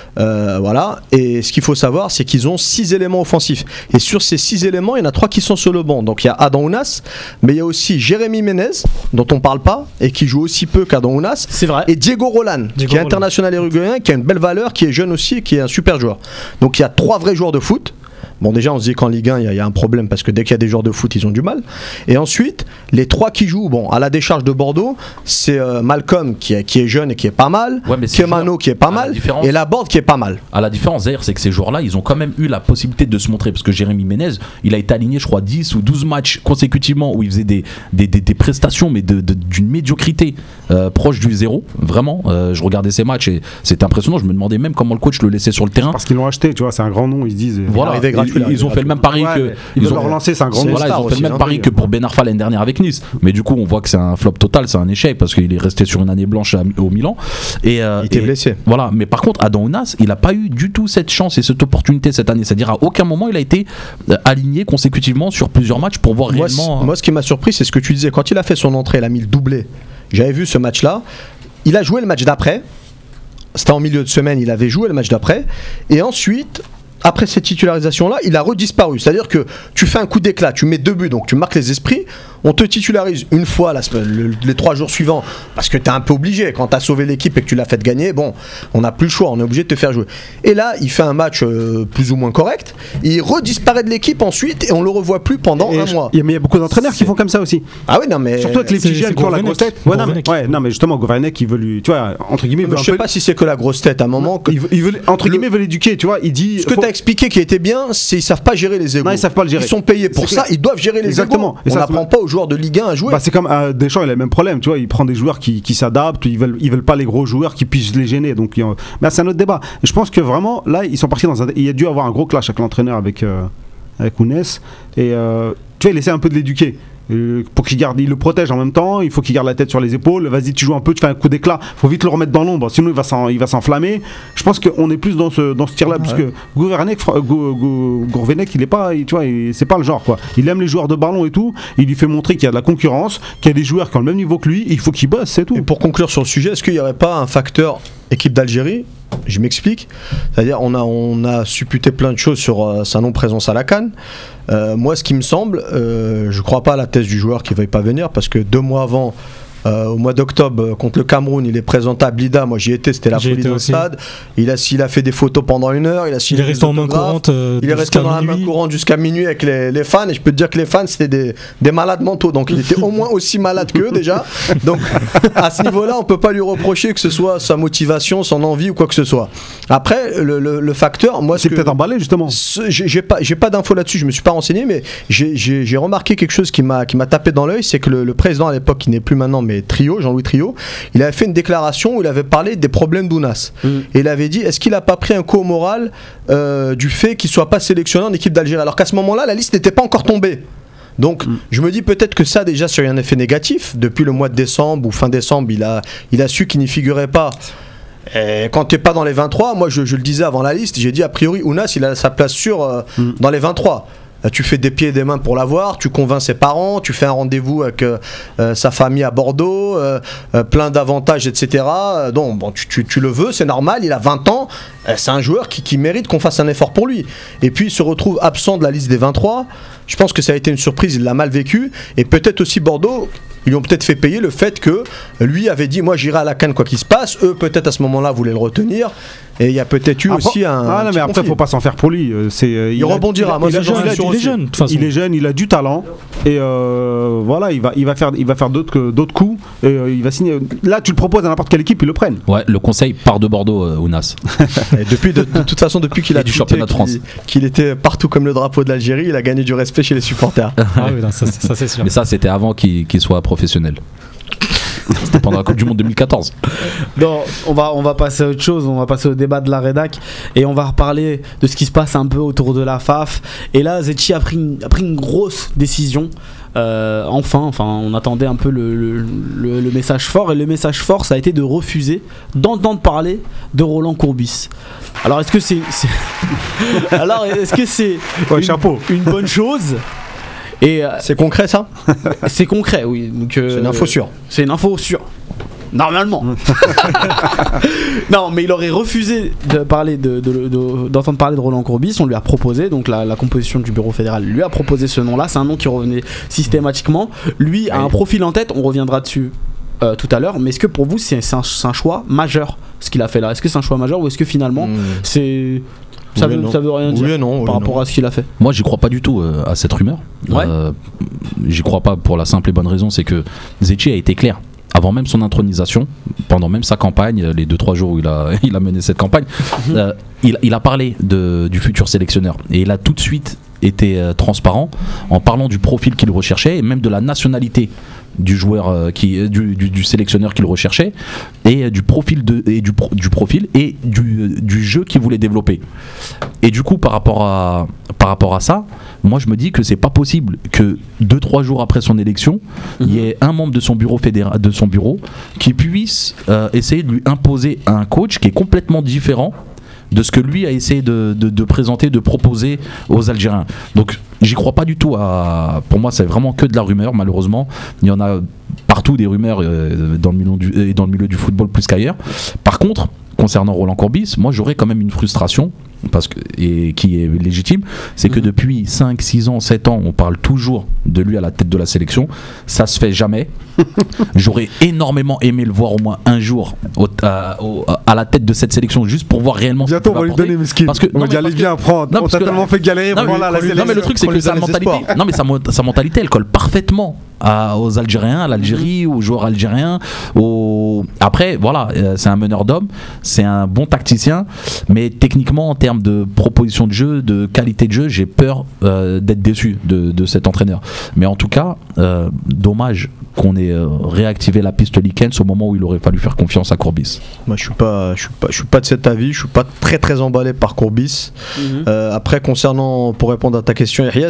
Voilà, et ce qu'il faut savoir c'est qu'ils ont 6 éléments offensifs, et sur ces 6 éléments il y en a 3 qui sont sur le banc. Donc il y a Adam Ounas, mais il y a aussi Jérémy Ménez dont on parle pas et qui joue aussi peu qu'Adam Ounas, C'est vrai. et Diego Roland qui est international uruguayen, qui a une belle valeur, qui est jeune aussi et qui est un super joueur. Donc il y a 3 vrais joueurs de foot. Bon, déjà, on se dit qu'en Ligue 1, il y a un problème parce que dès qu'il y a des joueurs de foot, ils ont du mal. Et ensuite, les 3 qui jouent, bon, à la décharge de Bordeaux, c'est Malcolm qui est jeune et qui est pas mal, Kemano qui est pas mal, et Laborde qui est pas mal. À la différence, d'ailleurs, c'est que ces joueurs-là, ils ont quand même eu la possibilité de se montrer. Parce que Jérémy Ménez, il a été aligné, je crois, 10 ou 12 matchs consécutivement où il faisait des prestations, mais d'une médiocrité proche du zéro. Vraiment, je regardais ces matchs et c'était impressionnant. Je me demandais même comment le coach le laissait sur le terrain. Parce qu'ils l'ont acheté, tu vois, c'est un grand nom, ils se disent. Voilà, ils ont fait le même pari que. Ils ont relancé, c'est un grand nom. Voilà, ils ont fait le même pari que pour Ben Arfa l'année dernière avec Nice. Mais du coup, on voit que c'est un flop total, c'est un échec parce qu'il est resté sur une année blanche au Milan. Et, il était blessé. Voilà, mais par contre, Adam Ounas, il n'a pas eu du tout cette chance et cette opportunité cette année. C'est-à-dire, à aucun moment, il a été aligné consécutivement sur plusieurs matchs pour voir réellement. Moi, ce qui m'a surpris, c'est ce que tu disais. Quand il a fait son entrée, il a mis le doublé. J'avais vu ce match-là. Il a joué le match d'après. C'était en milieu de semaine, il avait joué le match d'après. Et ensuite, après cette titularisation-là, il a redisparu. C'est-à-dire que tu fais un coup d'éclat, tu mets 2 buts, donc tu marques les esprits. On te titularise une fois les 3 jours suivants parce que tu es un peu obligé. Quand tu as sauvé l'équipe et que tu l'as fait gagner, bon, on n'a plus le choix, on est obligé de te faire jouer. Et là, il fait un match plus ou moins correct. Il redisparaît de l'équipe ensuite et on le revoit plus pendant un mois. Mais il y a beaucoup d'entraîneurs qui font comme ça aussi. Ah oui, non, mais. Surtout avec les petits jeunes qui ont la grosse tête. Non, mais justement, Gourvenec, il veut lui. Tu vois, entre guillemets. Je sais pas si c'est que la grosse tête à un moment. Il veut, entre guillemets, veut l'éduquer, tu vois. Il dit. Ce que tu as expliqué qui était bien, c'est qu'ils savent pas gérer les égos. Non, ils savent pas le gérer. Ils sont payés pour ça, ils doivent gérer les égos. Exactement. On n'apprend pas aux joueurs de Ligue 1 à jouer. C'est comme Deschamps, il a le même problème, tu vois. Il prend des joueurs qui s'adaptent, ils veulent pas les gros joueurs qui puissent les gêner. Donc, mais c'est un autre débat. Et je pense que vraiment, là, ils sont partis il y a dû avoir un gros clash avec l'entraîneur, avec Ounas. Et tu vois, il essaie un peu de l'éduquer. Pour qu'il garde, il le protège en même temps, il faut qu'il garde la tête sur les épaules. Vas-y, tu joues un peu, tu fais un coup d'éclat, faut vite le remettre dans l'ombre, sinon il va s'enflammer. Je pense qu'on est plus dans ce tir-là, parce que Gourvenec, il est pas, tu vois, c'est pas le genre quoi. Il aime les joueurs de ballon et tout. Il lui fait montrer qu'il y a de la concurrence, qu'il y a des joueurs qui ont le même niveau que lui. Il faut qu'il bosse, c'est tout. Et pour conclure sur le sujet, est-ce qu'il n'y aurait pas un facteur équipe d'Algérie? Je m'explique, c'est-à-dire on a supputé plein de choses sur sa non-présence à la CAN. Moi, ce qui me semble, je crois pas à la thèse du joueur qui ne veuille pas venir, parce que 2 mois avant, au mois d'octobre, contre le Cameroun, il est présenté à Blida. Moi, j'y étais, c'était la folie dans le stade. Il a fait des photos pendant 1 heure. Il est resté en main courante. Il est resté dans la main courante jusqu'à minuit avec les fans. Et je peux te dire que les fans, c'était des malades mentaux. Donc, il était au moins aussi malade qu'eux déjà. Donc, à ce niveau-là, on peut pas lui reprocher que ce soit sa motivation, son envie ou quoi que ce soit. Après, le facteur, moi, c'est peut-être emballé justement. J'ai pas d'infos là-dessus. Je me suis pas renseigné, mais j'ai remarqué quelque chose qui m'a tapé dans l'œil, c'est que le président à l'époque, qui n'est plus maintenant, mais Jean-Louis Trio, il avait fait une déclaration où il avait parlé des problèmes d'Ounas. Et il avait dit, est-ce qu'il n'a pas pris un coup au moral du fait qu'il ne soit pas sélectionné en équipe d'Algérie, alors qu'à ce moment-là, la liste n'était pas encore tombée. Donc je me dis peut-être que ça déjà ça a eu un effet négatif. Depuis le mois de décembre ou fin décembre, il a su qu'il n'y figurait pas. Et quand tu n'es pas dans les 23, moi je le disais avant la liste, j'ai dit a priori Ounas il a sa place sûre dans les 23. Tu fais des pieds et des mains pour l'avoir, tu convaincs ses parents, tu fais un rendez-vous avec sa famille à Bordeaux, plein d'avantages, etc. Donc bon, tu le veux, c'est normal, il a 20 ans, c'est un joueur qui mérite qu'on fasse un effort pour lui. Et puis il se retrouve absent de la liste des 23, je pense que ça a été une surprise, il l'a mal vécu, et peut-être aussi Bordeaux, ils lui ont peut-être fait payer le fait que lui avait dit moi j'irai à la CAN quoi qu'il se passe, eux peut-être à ce moment-là voulaient le retenir. Et il y a peut-être eu aussi un. Ah non, mais après, il ne faut pas s'en faire pour lui. Il rebondira. Il est jeune. Il est jeune, il a du talent. Et voilà, il va faire d'autres coups. Et il va signer. Là, tu le proposes à n'importe quelle équipe, ils le prennent. Ouais, le conseil part de Bordeaux, Ounas. De toute façon, depuis qu'il a du championnat de France, qu'il était partout comme le drapeau de l'Algérie, il a gagné du respect chez les supporters. Ah oui, non, ça c'est sûr. Mais ça, c'était avant qu'il soit professionnel. C'était pendant la Coupe du Monde 2014. Non, on va passer à autre chose, on va passer au débat de la rédac et on va reparler de ce qui se passe un peu autour de la FAF. Et là, Zetchi a pris une grosse décision. Enfin, on attendait un peu le message fort, et le message fort, ça a été de refuser d'entendre parler de Roland Courbis. Alors, est-ce que c'est Ouais, chapeau. une bonne chose? Et C'est concret ça? c'est concret, oui. Donc, C'est une info sûre. c'est une info sûre. Normalement. Non, mais il aurait refusé de parler d'entendre parler de Roland Courbis. On lui a proposé, donc la composition du bureau fédéral lui a proposé ce nom-là. C'est un nom qui revenait systématiquement. Lui a un profil en tête, on reviendra dessus tout à l'heure. Mais est-ce que pour vous, c'est un choix majeur ce qu'il a fait là? Est-ce que c'est un choix majeur ou est-ce que finalement c'est. Ça veut rien dire par rapport à ce qu'il a fait. Moi, j'y crois pas du tout à cette rumeur. Ouais. J'y crois pas pour la simple et bonne raison, c'est que Zetchi a été clair. Avant même son intronisation, pendant même sa campagne, les 2-3 jours où il a mené cette campagne, il a parlé du futur sélectionneur. Et il a tout de suite été transparent en parlant du profil qu'il recherchait et même de la nationalité du joueur du sélectionneur qu'il recherchait et du profil du profil et du jeu qu'il voulait développer. Et du coup par rapport à ça, moi je me dis que c'est pas possible que 2-3 jours après son élection, il y ait un membre de son bureau qui puisse essayer de lui imposer un coach qui est complètement différent de ce que lui a essayé de présenter, de proposer aux Algériens. Donc j'y crois pas du tout. Pour moi, c'est vraiment que de la rumeur, malheureusement. Il y en a partout des rumeurs dans le milieu du football plus qu'ailleurs. Par contre, concernant Roland Courbis, moi j'aurais quand même une frustration et qui est légitime, c'est que depuis 5, 6 ans, 7 ans, on parle toujours de lui à la tête de la sélection. Ça se fait jamais. J'aurais énormément aimé le voir au moins un jour à la tête de cette sélection, juste pour voir réellement bientôt ce qu'il on va lui donner Meskin. On va dire allez viens prendre. On t'a tellement fait galérer pour la sélection. Non mais le truc c'est que sa mentalité elle colle parfaitement aux Algériens, à l'Algérie, aux joueurs algériens. Après voilà, c'est un meneur d'hommes, c'est un bon tacticien, mais techniquement en termes de proposition de jeu, de qualité de jeu, j'ai peur d'être déçu de cet entraîneur. Mais en tout cas, dommage qu'on ait réactivé la piste Likens au moment où il aurait fallu faire confiance à Courbis. Moi je suis pas de cet avis, je suis pas très emballé par Courbis. Après pour répondre à ta question Yahya,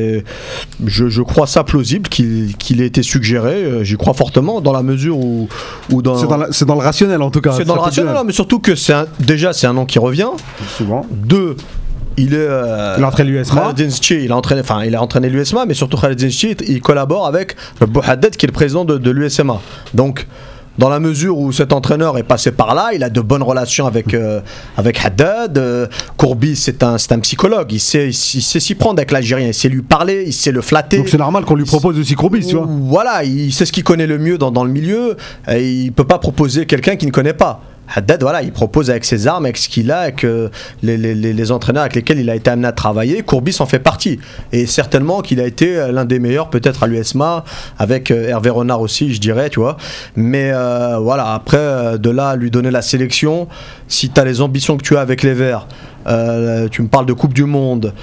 je crois ça plausible qu'il ait été suggéré, j'y crois fortement dans la mesure où dans c'est dans le rationnel en tout cas. C'est dans le rationnel, mais surtout que c'est un nom qui revient. Souvent. 2, il a entraîné l'USMA. Il a entraîné l'USMA, mais surtout Khaled Zenchi, il collabore avec Bouhaddad qui est le président de l'USMA. Donc, dans la mesure où cet entraîneur est passé par là, il a de bonnes relations avec Haddad. Courbis, c'est un psychologue. Il sait s'y prendre avec l'Algérien. Il sait lui parler, il sait le flatter. Donc c'est normal qu'on lui propose aussi Courbis, tu vois. Voilà, il sait ce qu'il connaît le mieux dans le milieu. Et il peut pas proposer quelqu'un qu'il ne connaît pas. Haddad, voilà, il propose avec ses armes, avec ce qu'il a, avec les entraîneurs avec lesquels il a été amené à travailler. Courbis en fait partie. Et certainement qu'il a été l'un des meilleurs, peut-être à l'USMA, avec Hervé Renard aussi, je dirais, tu vois. Mais voilà, après, de là à lui donner la sélection, si tu as les ambitions que tu as avec les Verts, tu me parles de Coupe du Monde,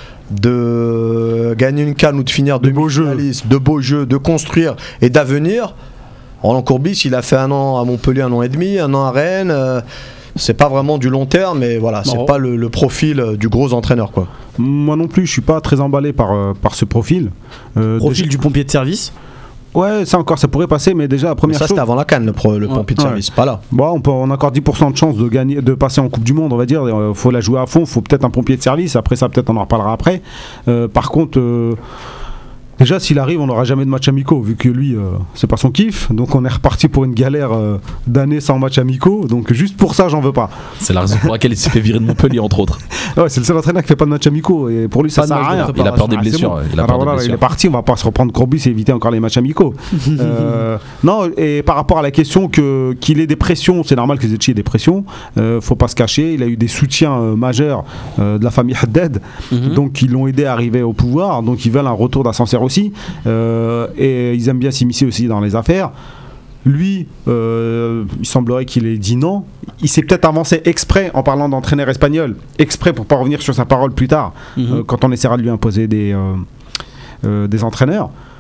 de gagner une CAN ou de finir de beaux jeux, de construire et d'avenir. Roland Courbis, il a fait 1 an à Montpellier, 1 an et demi, 1 an à Rennes. C'est pas vraiment du long terme, mais voilà, c'est pas le profil du gros entraîneur, quoi. Moi non plus, je suis pas très emballé par ce profil. Du pompier de service. Ouais, ça pourrait passer, mais déjà la première chose. Ça c'était avant la CAN, le pompier de service, pas là. Bon, on a encore 10% de chance de passer en Coupe du Monde, on va dire. Faut la jouer à fond, faut peut-être un pompier de service. Après ça, peut-être on en reparlera après. Par contre. Déjà, s'il arrive, on n'aura jamais de match amicaux, vu que lui, c'est pas son kiff. Donc, on est reparti pour une galère d'années sans match amicaux. Donc, juste pour ça, j'en veux pas. C'est la raison pour laquelle il s'est fait virer de Montpellier, entre autres. Ouais, c'est le seul entraîneur qui fait pas de match amicaux. Et pour lui, ça sert à rien. Il a peur des blessures. Il est parti, on va pas se reprendre Courbis et éviter encore les matchs amicaux. Non, et par rapport à la question qu'il ait des pressions, c'est normal que Zetchi ait des pressions. Faut pas se cacher. Il a eu des soutiens majeurs de la famille Haddad. Donc, ils l'ont aidé à arriver au pouvoir. Donc, ils veulent un retour d'ascenseur aussi, et ils aiment bien s'immiscer aussi dans les affaires. Lui, il semblerait qu'il ait dit non. Il s'est peut-être avancé exprès en parlant d'entraîneur espagnol, exprès pour pas revenir sur sa parole plus tard, quand on essaiera de lui imposer des entraîneurs.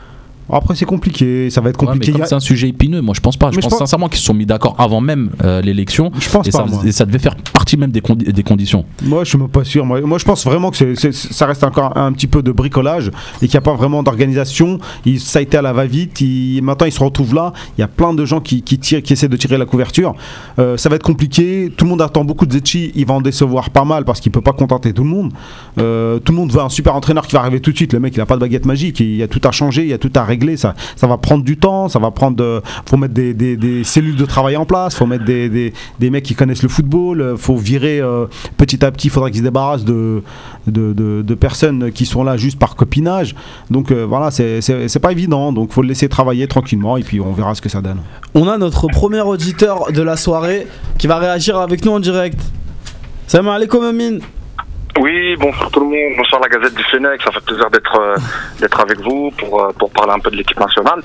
Après, c'est compliqué, ça va être compliqué. Ouais, mais c'est un sujet épineux, moi je pense pas. Je pense sincèrement qu'ils se sont mis d'accord avant même l'élection. Je pense pas, moi. Et ça devait faire partie même des conditions. Moi, je suis même pas sûr. Moi, je pense vraiment que ça reste encore un petit peu de bricolage et qu'il n'y a pas vraiment d'organisation. Ça a été à la va-vite. Maintenant, ils se retrouvent là. Il y a plein de gens qui essaient de tirer la couverture. Ça va être compliqué. Tout le monde attend beaucoup de Zetchi. Il va en décevoir pas mal parce qu'il peut pas contenter tout le monde. Tout le monde veut un super entraîneur qui va arriver tout de suite. Le mec, il a pas de baguette magique. Il y a tout à changer, il y a tout à régler. Ça va prendre du temps. Ça va prendre. Faut mettre des cellules de travail en place. Faut mettre des mecs qui connaissent le football. Faut virer petit à petit. Il faudra qu'ils se débarrassent de personnes qui sont là juste par copinage. Donc voilà, c'est pas évident. Donc faut le laisser travailler tranquillement et puis on verra ce que ça donne. On a notre premier auditeur de la soirée qui va réagir avec nous en direct. Salam alaikum Amine. Oui, bonsoir tout le monde, bonsoir la Gazette du Fennec, ça fait plaisir d'être avec vous pour parler un peu de l'équipe nationale.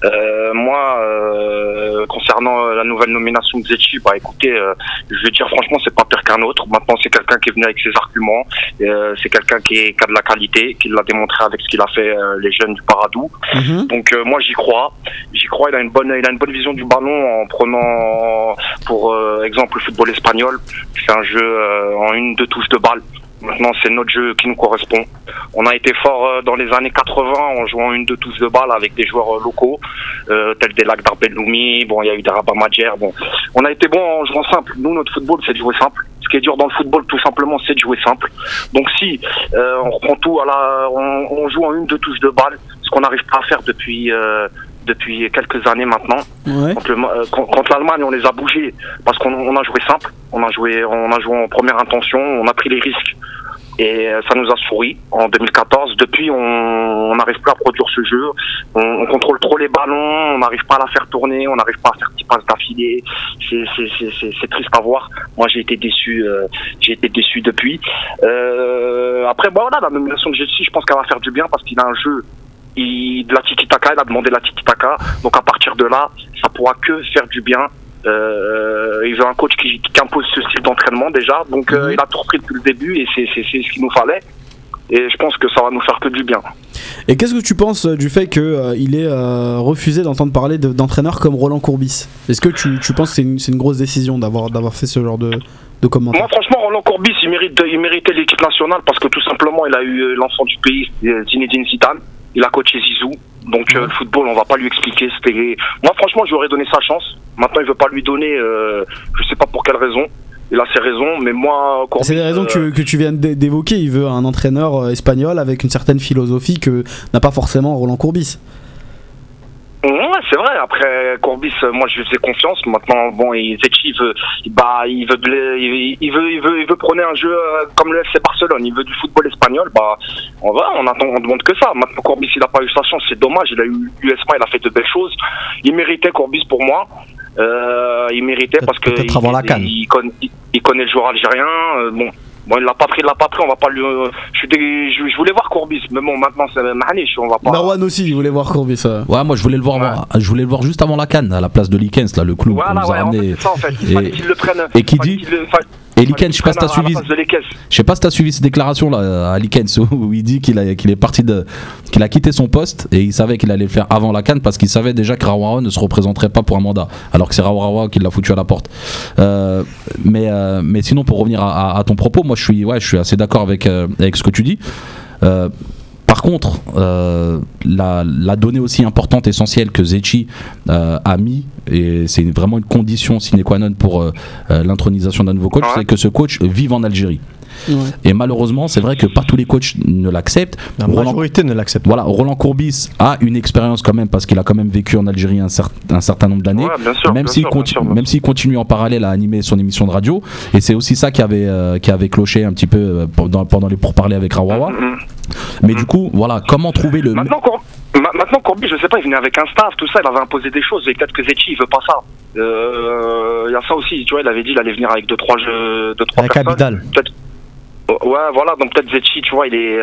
Moi, concernant la nouvelle nomination de Zetchi, bah écoutez, je vais dire franchement, c'est pas pire qu'un autre. Maintenant, c'est quelqu'un qui est venu avec ses arguments, c'est quelqu'un qui a de la qualité, qui l'a démontré avec ce qu'il a fait les jeunes du Paradou. Donc moi j'y crois, il a une bonne vision du ballon en prenant pour exemple le football espagnol. C'est un jeu en 1-2 touches de balle. Maintenant, c'est notre jeu qui nous correspond. On a été fort dans les années 80 en jouant 1-2 touches de balle avec des joueurs locaux, tels des Lakhdar Belloumi, bon, il y a eu des Rabat Madjer, bon. On a été bon en jouant simple. Nous, notre football, c'est de jouer simple. Ce qui est dur dans le football, tout simplement, c'est de jouer simple. Donc si on reprend tout on joue en 1-2 touches de balle, ce qu'on n'arrive pas à faire depuis quelques années maintenant. Ouais. Contre l'Allemagne, on les a bougés parce qu'on a joué simple, on a joué en première intention, on a pris les risques et ça nous a souri en 2014. Depuis, on n'arrive plus à produire ce jeu, on contrôle trop les ballons, on n'arrive pas à la faire tourner, on n'arrive pas à faire 10 passes d'affilée. C'est triste à voir. Moi, j'ai été déçu depuis. Après, bon, voilà, la nomination de Zetchi, je pense qu'elle va faire du bien parce qu'il a un jeu. De la tiki-taka, il a demandé la tiki-taka, donc à partir de là, ça pourra que faire du bien. Il veut un coach qui impose ce style d'entraînement déjà, donc il a tout repris depuis le début et c'est ce qu'il nous fallait. Et je pense que ça va nous faire que du bien. Et qu'est-ce que tu penses du fait qu'il ait refusé d'entendre parler d'entraîneurs comme Roland Courbis? Est-ce que tu penses que c'est une grosse décision d'avoir fait ce genre de commentaires? Moi franchement, Roland Courbis il méritait l'équipe nationale parce que tout simplement il a eu l'enfant du pays, Zinedine Zidane. Il a coaché Zizou, donc le football, on va pas lui expliquer. Moi, franchement, je lui aurais donné sa chance. Maintenant, il veut pas lui donner, je sais pas pour quelle raison. Il a ses raisons, mais moi, Courbis, c'est des raisons que tu viens d'évoquer. Il veut un entraîneur espagnol avec une certaine philosophie que n'a pas forcément Roland Courbis. Ouais, c'est vrai. Après Courbis, moi je lui fais confiance. Maintenant, bon, Zetchi veut prôner un jeu comme le FC Barcelone. Il veut du football espagnol. Bah, on demande que ça. Maintenant, Courbis, il a pas eu sa chance. C'est dommage. Il a eu l'USMA, il a fait de belles choses. Il méritait Courbis pour moi. Il méritait parce que il connaît le joueur algérien. Bon, il l'a pas pris, on va pas lui. Je voulais voir Courbis, mais bon, maintenant c'est Mahanish, on va pas. Marwan aussi, il voulait voir Courbis. Ouais, moi je voulais le voir juste avant la CAN, à la place de Likens, là, le clou qu'on nous a ramené. C'est ça en fait. Il fallait qu'il le prenne. Et qui dit Et Likens, je sais pas si t'as suivi ces déclarations là à Likens où il dit qu'il a quitté son poste et il savait qu'il allait le faire avant la CAN parce qu'il savait déjà que Rawara ne se représenterait pas pour un mandat, alors que c'est Rawara qui l'a foutu à la porte. Mais sinon, pour revenir à ton propos, moi je suis assez d'accord avec ce que tu dis. Par contre, la donnée aussi importante, essentielle que Zetchi a mis, et c'est vraiment une condition sine qua non pour l'intronisation d'un nouveau coach, c'est que ce coach vive en Algérie. Ouais. Et malheureusement, c'est vrai que pas tous les coachs ne l'acceptent. La majorité ne l'accepte. Voilà, Roland Courbis a une expérience quand même parce qu'il a quand même vécu en Algérie un certain nombre d'années. Ouais, même s'il continue en parallèle à animer son émission de radio, et c'est aussi ça qui avait cloché un petit peu pendant les pourparlers avec Rawara. Mais du coup, voilà, comment trouver le. Maintenant, Courbis, je sais pas, il venait avec un staff, tout ça, il avait imposé des choses, et peut-être que Zetchi, il veut pas ça. Il y a ça aussi, tu vois, il avait dit qu'il allait venir avec 2-3 personnes. Avec Abidal. Ouais, voilà, donc peut-être Zetchi, tu vois,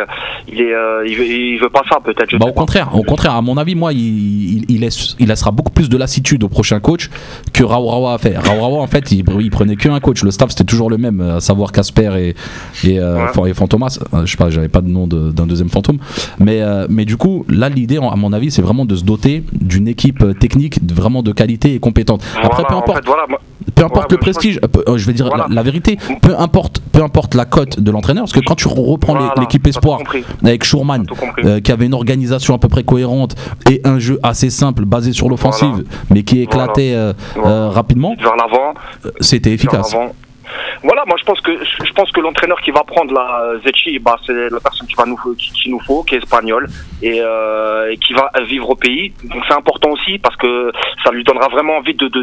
il veut pas ça, peut-être. Au contraire, à mon avis, moi, il laissera beaucoup plus de lassitude au prochain coach que Raourawa a fait. Raourawa, en fait, il prenait qu'un coach. Le staff, c'était toujours le même, à savoir Casper et Fantomas. Je sais pas, j'avais pas de nom d'un deuxième fantôme. Mais du coup, là, l'idée, à mon avis, c'est vraiment de se doter d'une équipe technique vraiment de qualité et compétente. Après, peu importe. Peu importe le prestige, je vais dire la vérité, peu importe la cote de l'entraîneur, parce que quand tu reprends l'équipe Espoir avec Schurman, qui avait une organisation à peu près cohérente et un jeu assez simple basé sur l'offensive, mais qui éclatait rapidement, c'était efficace. Voilà, moi je pense que l'entraîneur qui va prendre la Zetchi, c'est la personne qu'il nous faut, qui est espagnol et qui va vivre au pays. Donc c'est important aussi parce que ça lui donnera vraiment envie de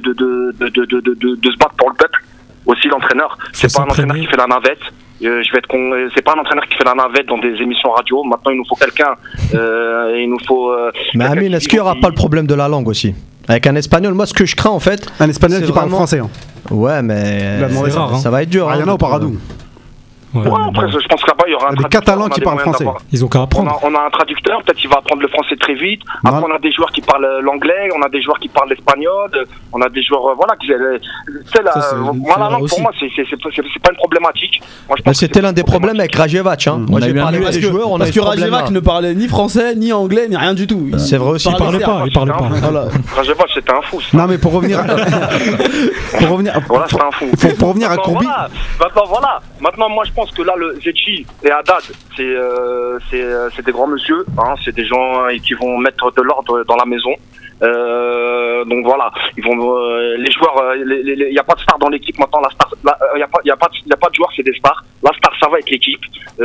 se battre pour le peuple. Aussi l'entraîneur, c'est pas un entraîneur qui fait la navette. C'est pas un entraîneur qui fait la navette dans des émissions radio. Maintenant il nous faut quelqu'un. Il nous faut. Mais Amine, est-ce qu'il y aura pas le problème de la langue aussi? Avec un espagnol, moi ce que je crains en fait. Un espagnol qui parle français. Hein. Ouais, mais ça va être dur. Il y en a au Paradou. Ouais, après, je pense que là-bas, il y aura un des Catalans qui parlent français. Ils ont qu'à apprendre. On a un traducteur, peut-être qu'il va apprendre le français très vite. Après, on a des joueurs qui parlent l'anglais, on a des joueurs qui parlent l'espagnol, on a des joueurs, voilà, qui. La langue, pour moi, c'est pas une problématique. C'était l'un des problèmes avec Rajevac. Moi, j'ai parlé avec des joueurs, parce que Rajevac ne parlait ni français, ni anglais, ni rien du tout. C'est vrai aussi. Il parlait pas. Rajevac, c'était un fou. Non, mais pour revenir. Voilà, c'était un fou. Pour revenir à Courby. Maintenant, moi, je pense que là, le Zetchi et Haddad, c'est des grands monsieur, hein, c'est des gens qui vont mettre de l'ordre dans la maison. Donc voilà, ils vont les joueurs, il n'y a pas de star dans l'équipe maintenant. Il y a pas de joueurs, c'est des stars. La star, ça va être l'équipe.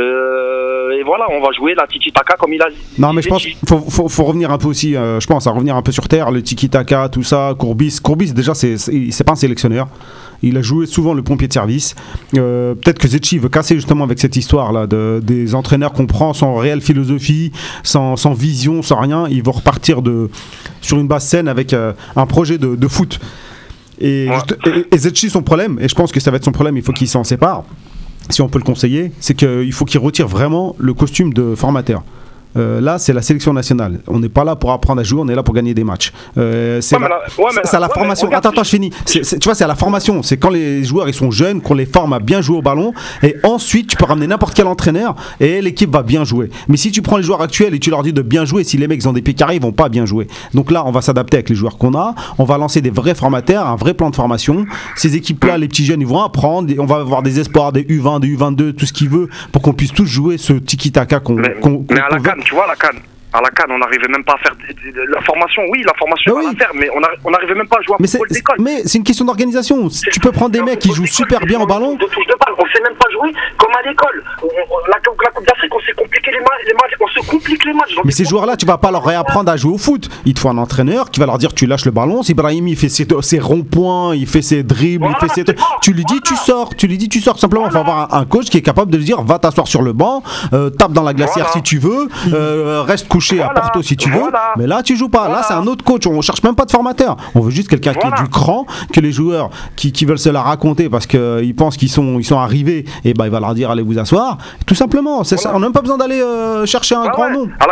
Et voilà, on va jouer la tiki-taka comme il a dit. Non, mais je pense qu'il faut revenir un peu aussi. Je pense à revenir un peu sur terre, le tiki-taka, tout ça. Courbis, déjà, c'est pas un sélectionneur. Il a joué souvent le pompier de service. Peut-être que Zetchi veut casser justement avec cette histoire-là des entraîneurs qu'on prend sans réelle philosophie, sans vision, sans rien. Ils vont repartir sur une base saine avec un projet de foot. Et Zetchi, son problème, et je pense que ça va être son problème, il faut qu'il s'en sépare, si on peut le conseiller, c'est qu'il faut qu'il retire vraiment le costume de formateur. Là, c'est la sélection nationale. On n'est pas là pour apprendre à jouer, on est là pour gagner des matchs. C'est à la formation. Attends, je finis. Tu vois, c'est à la formation. C'est quand les joueurs ils sont jeunes, qu'on les forme à bien jouer au ballon. Et ensuite, tu peux ramener n'importe quel entraîneur et l'équipe va bien jouer. Mais si tu prends les joueurs actuels et tu leur dis de bien jouer, si les mecs ont des pieds carrés, ils vont pas bien jouer. Donc là, on va s'adapter avec les joueurs qu'on a. On va lancer des vrais formateurs, un vrai plan de formation. Ces équipes-là, les petits jeunes, ils vont apprendre. On va avoir des espoirs, des U20, des U22, tout ce qu'ils veulent pour qu'on puisse tous jouer ce tiki-taka qu'on tu vois, à la CAN, on n'arrivait même pas à faire la formation. Oui, la formation, on va la faire, mais on n'arrivait même pas à jouer à football d'école. Mais c'est une question d'organisation. Tu peux prendre des mecs qui jouent super bien au ballon. De touche de balle, on ne sait même pas jouer comme à l'école. La Coupe d'Afrique, on s'est compliqué les matchs, on se complique les matchs. Mais ces joueurs-là, tu vas pas leur réapprendre à jouer au foot. Il te faut un entraîneur qui va leur dire tu lâches le ballon. Si Brahim il fait ses ronds-points, il fait ses dribbles, il fait ses tu lui dis tu sors. Simplement, il faut avoir un coach qui est capable de lui dire va t'asseoir sur le banc, tape dans la glacière si tu veux, reste couché à Porto si tu veux, mais là tu joues pas. Là c'est un autre coach, on cherche même pas de formateur, on veut juste quelqu'un qui ait du cran, que les joueurs qui veulent se la raconter parce qu'ils pensent qu'ils sont arrivés, et ben il va leur dire allez vous asseoir, tout simplement. C'est ça, on n'a même pas besoin d'aller chercher un grand nom. À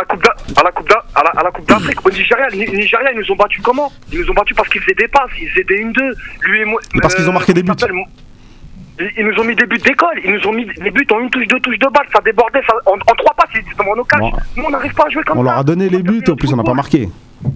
la Coupe d'Afrique, au Nigeria, ils nous ont battus comment? Ils nous ont battus parce qu'ils faisaient des passes, ils faisaient des 1-2, lui et moi. Parce qu'ils ont marqué des buts. Ils nous ont mis des buts d'école, ils nous ont mis des buts en une touche, deux touches de balle, ça débordait, en 3 passes, ils étaient dans nos cages. Nous, on n'arrive pas à jouer comme ça. On leur a donné les buts, en plus, on n'a pas marqué.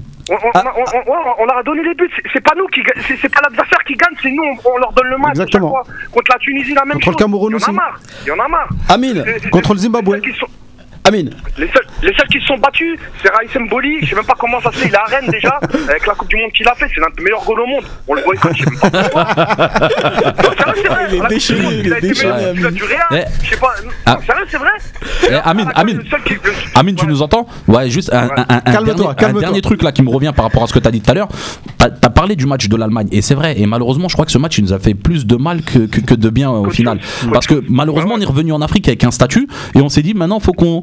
On leur a donné les buts, c'est pas nous qui gagne, c'est pas l'adversaire qui gagne, c'est nous, on leur donne le match. Exactement. Chaque fois. Contre la Tunisie, la même chose. Contre le Cameroun aussi. Il y en a marre. Amine, contre le Zimbabwe. Amine. Les seuls qui se sont battus, c'est Raïs Mboli. Je sais même pas comment ça se fait. Il est à Rennes déjà, avec la Coupe du Monde qu'il a fait. C'est l'un des meilleurs goals au monde. On le voit, je sais même pas pourquoi. C'est vrai. Il est déchiré. Il a été meilleur du Real. Je sais pas. Sérieux, c'est vrai. Amine, tu nous entends? Ouais, juste un dernier truc là qui me revient par rapport à ce que tu as dit tout à l'heure. T'as parlé du match de l'Allemagne, et c'est vrai. Et malheureusement, je crois que ce match il nous a fait plus de mal que de bien au final. Parce que malheureusement, on est revenu en Afrique avec un statut, et on s'est dit maintenant, faut qu'on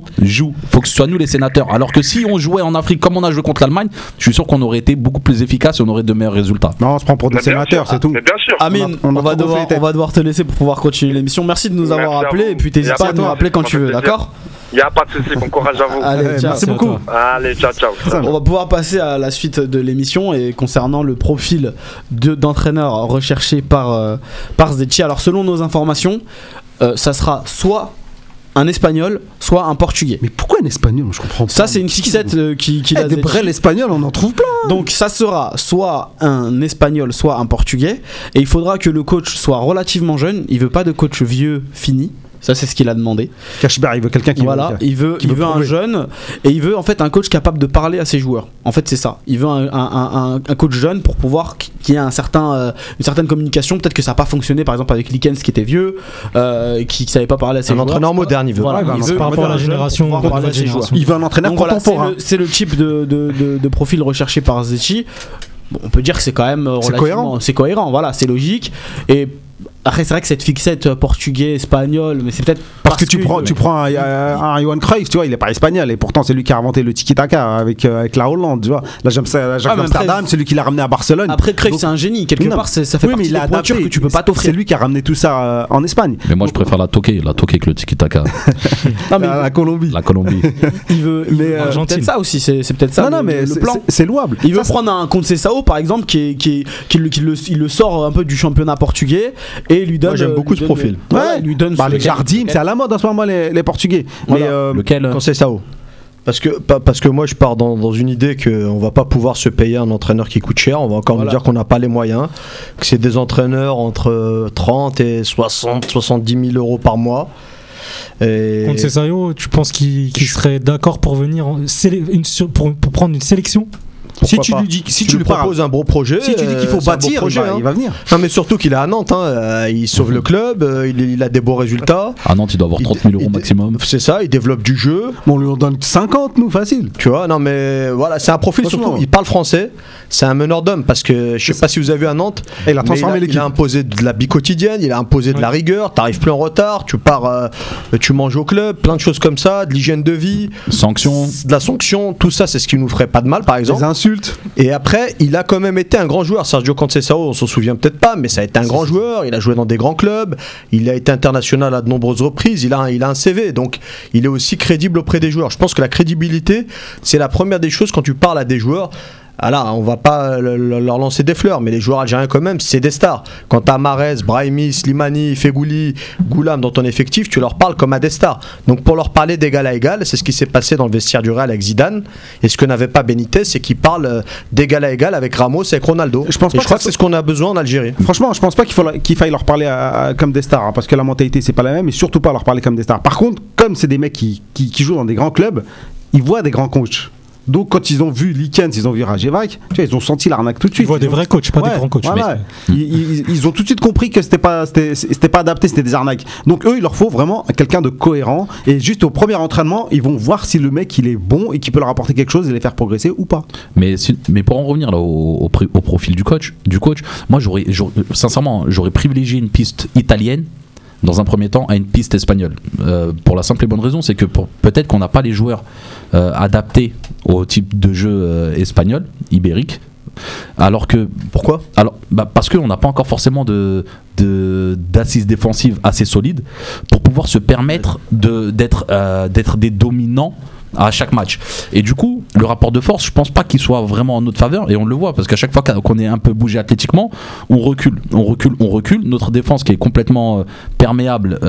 joue. Faut que ce soit nous les sénateurs. Alors que si on jouait en Afrique comme on a joué contre l'Allemagne, je suis sûr qu'on aurait été beaucoup plus efficace et on aurait de meilleurs résultats. Non, on se prend pour des Mais bien sénateurs, sûr. c'est tout. Mais bien sûr. Amine, on a on va trop gonflé les têtes. devoir te laisser pour pouvoir continuer l'émission. Merci de nous avoir Merci à appelés vous. et puis t'hésites Merci pas à à nous toi. rappeler quand Ça tu fait veux, plaisir. d'accord? Il n'y a pas de souci, bon courage à vous. Allez, ciao. Merci beaucoup. Allez, ciao, ciao. On va pouvoir passer à la suite de l'émission et concernant le profil d'entraîneur recherché par Zetchi. Alors selon nos informations, ça sera soit un espagnol, soit un portugais. Mais pourquoi un espagnol? Je comprends pas. Ça c'est une fixette qu'il a Des Zetchi. vrais espagnols, on en trouve plein. Donc ça sera soit un espagnol, soit un portugais. Et il faudra que le coach soit relativement jeune. Il veut pas de coach vieux fini. Ça c'est ce qu'il a demandé. Cashbar, il veut quelqu'un qui Voilà, il veut un prouver. jeune et il veut en fait un coach capable de parler à ses joueurs. En fait c'est ça. Il veut un coach jeune pour pouvoir qu'il y ait une certaine communication. Peut-être que ça n'a pas fonctionné par exemple avec Likens qui était vieux, qui savait pas parler à ses Un joueurs. entraîneur moderne, il veut. Voilà, Ouais, il bah, veut par rapport à la un jeune génération, pour pouvoir nouvelle parler à ses joueurs. génération. Il veut un entraîneur Donc voilà, contemporain. c'est le type de profil recherché par Zetchi. Bon, on peut dire que c'est quand même c'est cohérent, voilà, c'est logique. Et après c'est vrai que cette fixette portugais, espagnol, mais c'est peut-être Parce que tu prends un Johan Cruyff, tu vois, il est pas espagnol et pourtant c'est lui qui a inventé le tiki-taka avec la Hollande, tu vois. Là j'aime ça, Jacques mais d'Amsterdam, après- c'est lui qui l'a ramené à Barcelone. Après Cruyff Donc- c'est un génie, quelque Non, part ça fait oui, mais partie il des a pointures adapté. que tu peux pas C'est t'offrir. lui qui a ramené tout ça en Espagne. Mais moi je préfère la toquer que le tiki-taka. Non, mais La Colombie. La Colombie. il veut Argentine. peut-être ça aussi, c'est peut-être ça Non, mais le c'est- plan. c'est louable. Il veut Ça, prendre un Conceição par exemple il le sort un peu du championnat portugais et lui donne. Moi, j'aime beaucoup lui ce donne- profil. voilà, Ouais. il lui donne Bah, ce- les Jardim, c'est à la mode en ce moment les Portugais. Voilà. Mais Lequel Quand c'est ça. Parce que moi je pars dans une idée qu'on va pas pouvoir se payer un entraîneur qui coûte cher, on va encore Voilà. nous dire qu'on n'a pas les moyens, que c'est des entraîneurs entre 30 et 70 000 euros par mois. Et Conceição, tu penses qu'il serait d'accord pour venir pour prendre une sélection? si pourquoi tu pas. lui dis, si tu tu lui lui parles, proposes un gros projet, si tu dis qu'il faut c'est un beau bâtir, projet, hein. il va venir. Non mais surtout qu'il est à Nantes, hein, il sauve le club, il a des beaux résultats. À Nantes, il doit avoir 30 000 euros maximum. C'est ça, il développe du jeu. Bon, on lui en donne 50, nous, facile. Tu vois, non mais voilà, c'est un profil Franchement. surtout, il parle français, c'est un meneur d'homme parce que je sais pas si vous avez vu à Nantes, Et il a mais transformé il l'équipe. a imposé de la vie quotidienne, il a imposé de la rigueur, t'arrives plus en retard, tu pars, tu manges au club, plein de choses comme ça, de l'hygiène de vie, Sanction. de la sanction, tout ça c'est ce qui nous ferait pas de mal par exemple. Les insultes. Et après, il a quand même été un grand joueur. Sergio Conceição, on s'en souvient peut-être pas, mais ça a été un grand joueur. Il a joué dans des grands clubs. Il a été international à de nombreuses reprises. Il a un CV, donc il est aussi crédible auprès des joueurs. Je pense que la crédibilité, c'est la première des choses quand tu parles à des joueurs. Ah là, on va pas leur lancer des fleurs, mais les joueurs algériens quand même, c'est des stars. Quand t'as Mahrez, Brahimi, Slimani, Fegouli, Goulam dans ton effectif, tu leur parles comme à des stars. Donc pour leur parler d'égal à égal, c'est ce qui s'est passé dans le vestiaire du Real avec Zidane. Et ce que n'avait pas Benitez, c'est qu'il parle d'égal à égal avec Ramos et avec Ronaldo. Je pense et pas je crois que que c'est ce qu'on a besoin en Algérie. Franchement, je pense pas qu'il faille leur parler comme des stars, hein, parce que la mentalité c'est pas la même, et surtout pas leur parler comme des stars. Par contre, comme c'est des mecs qui jouent dans des grands clubs, ils voient des grands coachs. Donc quand ils ont vu Likens, ils ont vu Rajevac, tu vois, ils ont senti l'arnaque tout de Tu suite. vois des vrais coachs, pas des grands coachs. Voilà. Ils ont tout de suite compris que c'était pas adapté, c'était des arnaques. Donc eux, il leur faut vraiment quelqu'un de cohérent. Et juste au premier entraînement, ils vont voir si le mec il est bon et qu'il peut leur apporter quelque chose et les faire progresser ou pas. Mais pour en revenir là, au profil du coach, moi sincèrement, j'aurais privilégié une piste italienne dans un premier temps à une piste espagnole. Pour la simple et bonne raison, c'est que peut-être qu'on n'a pas les joueurs adaptés au type de jeu espagnol, ibérique. Alors que Pourquoi ? Parce qu'on n'a pas encore forcément d'assises défensives assez solides pour pouvoir se permettre d'être des dominants à chaque match. Et du coup, le rapport de force, je pense pas qu'il soit vraiment en notre faveur, et on le voit parce qu'à chaque fois qu'on est un peu bougé athlétiquement, on recule. Notre défense qui est complètement perméable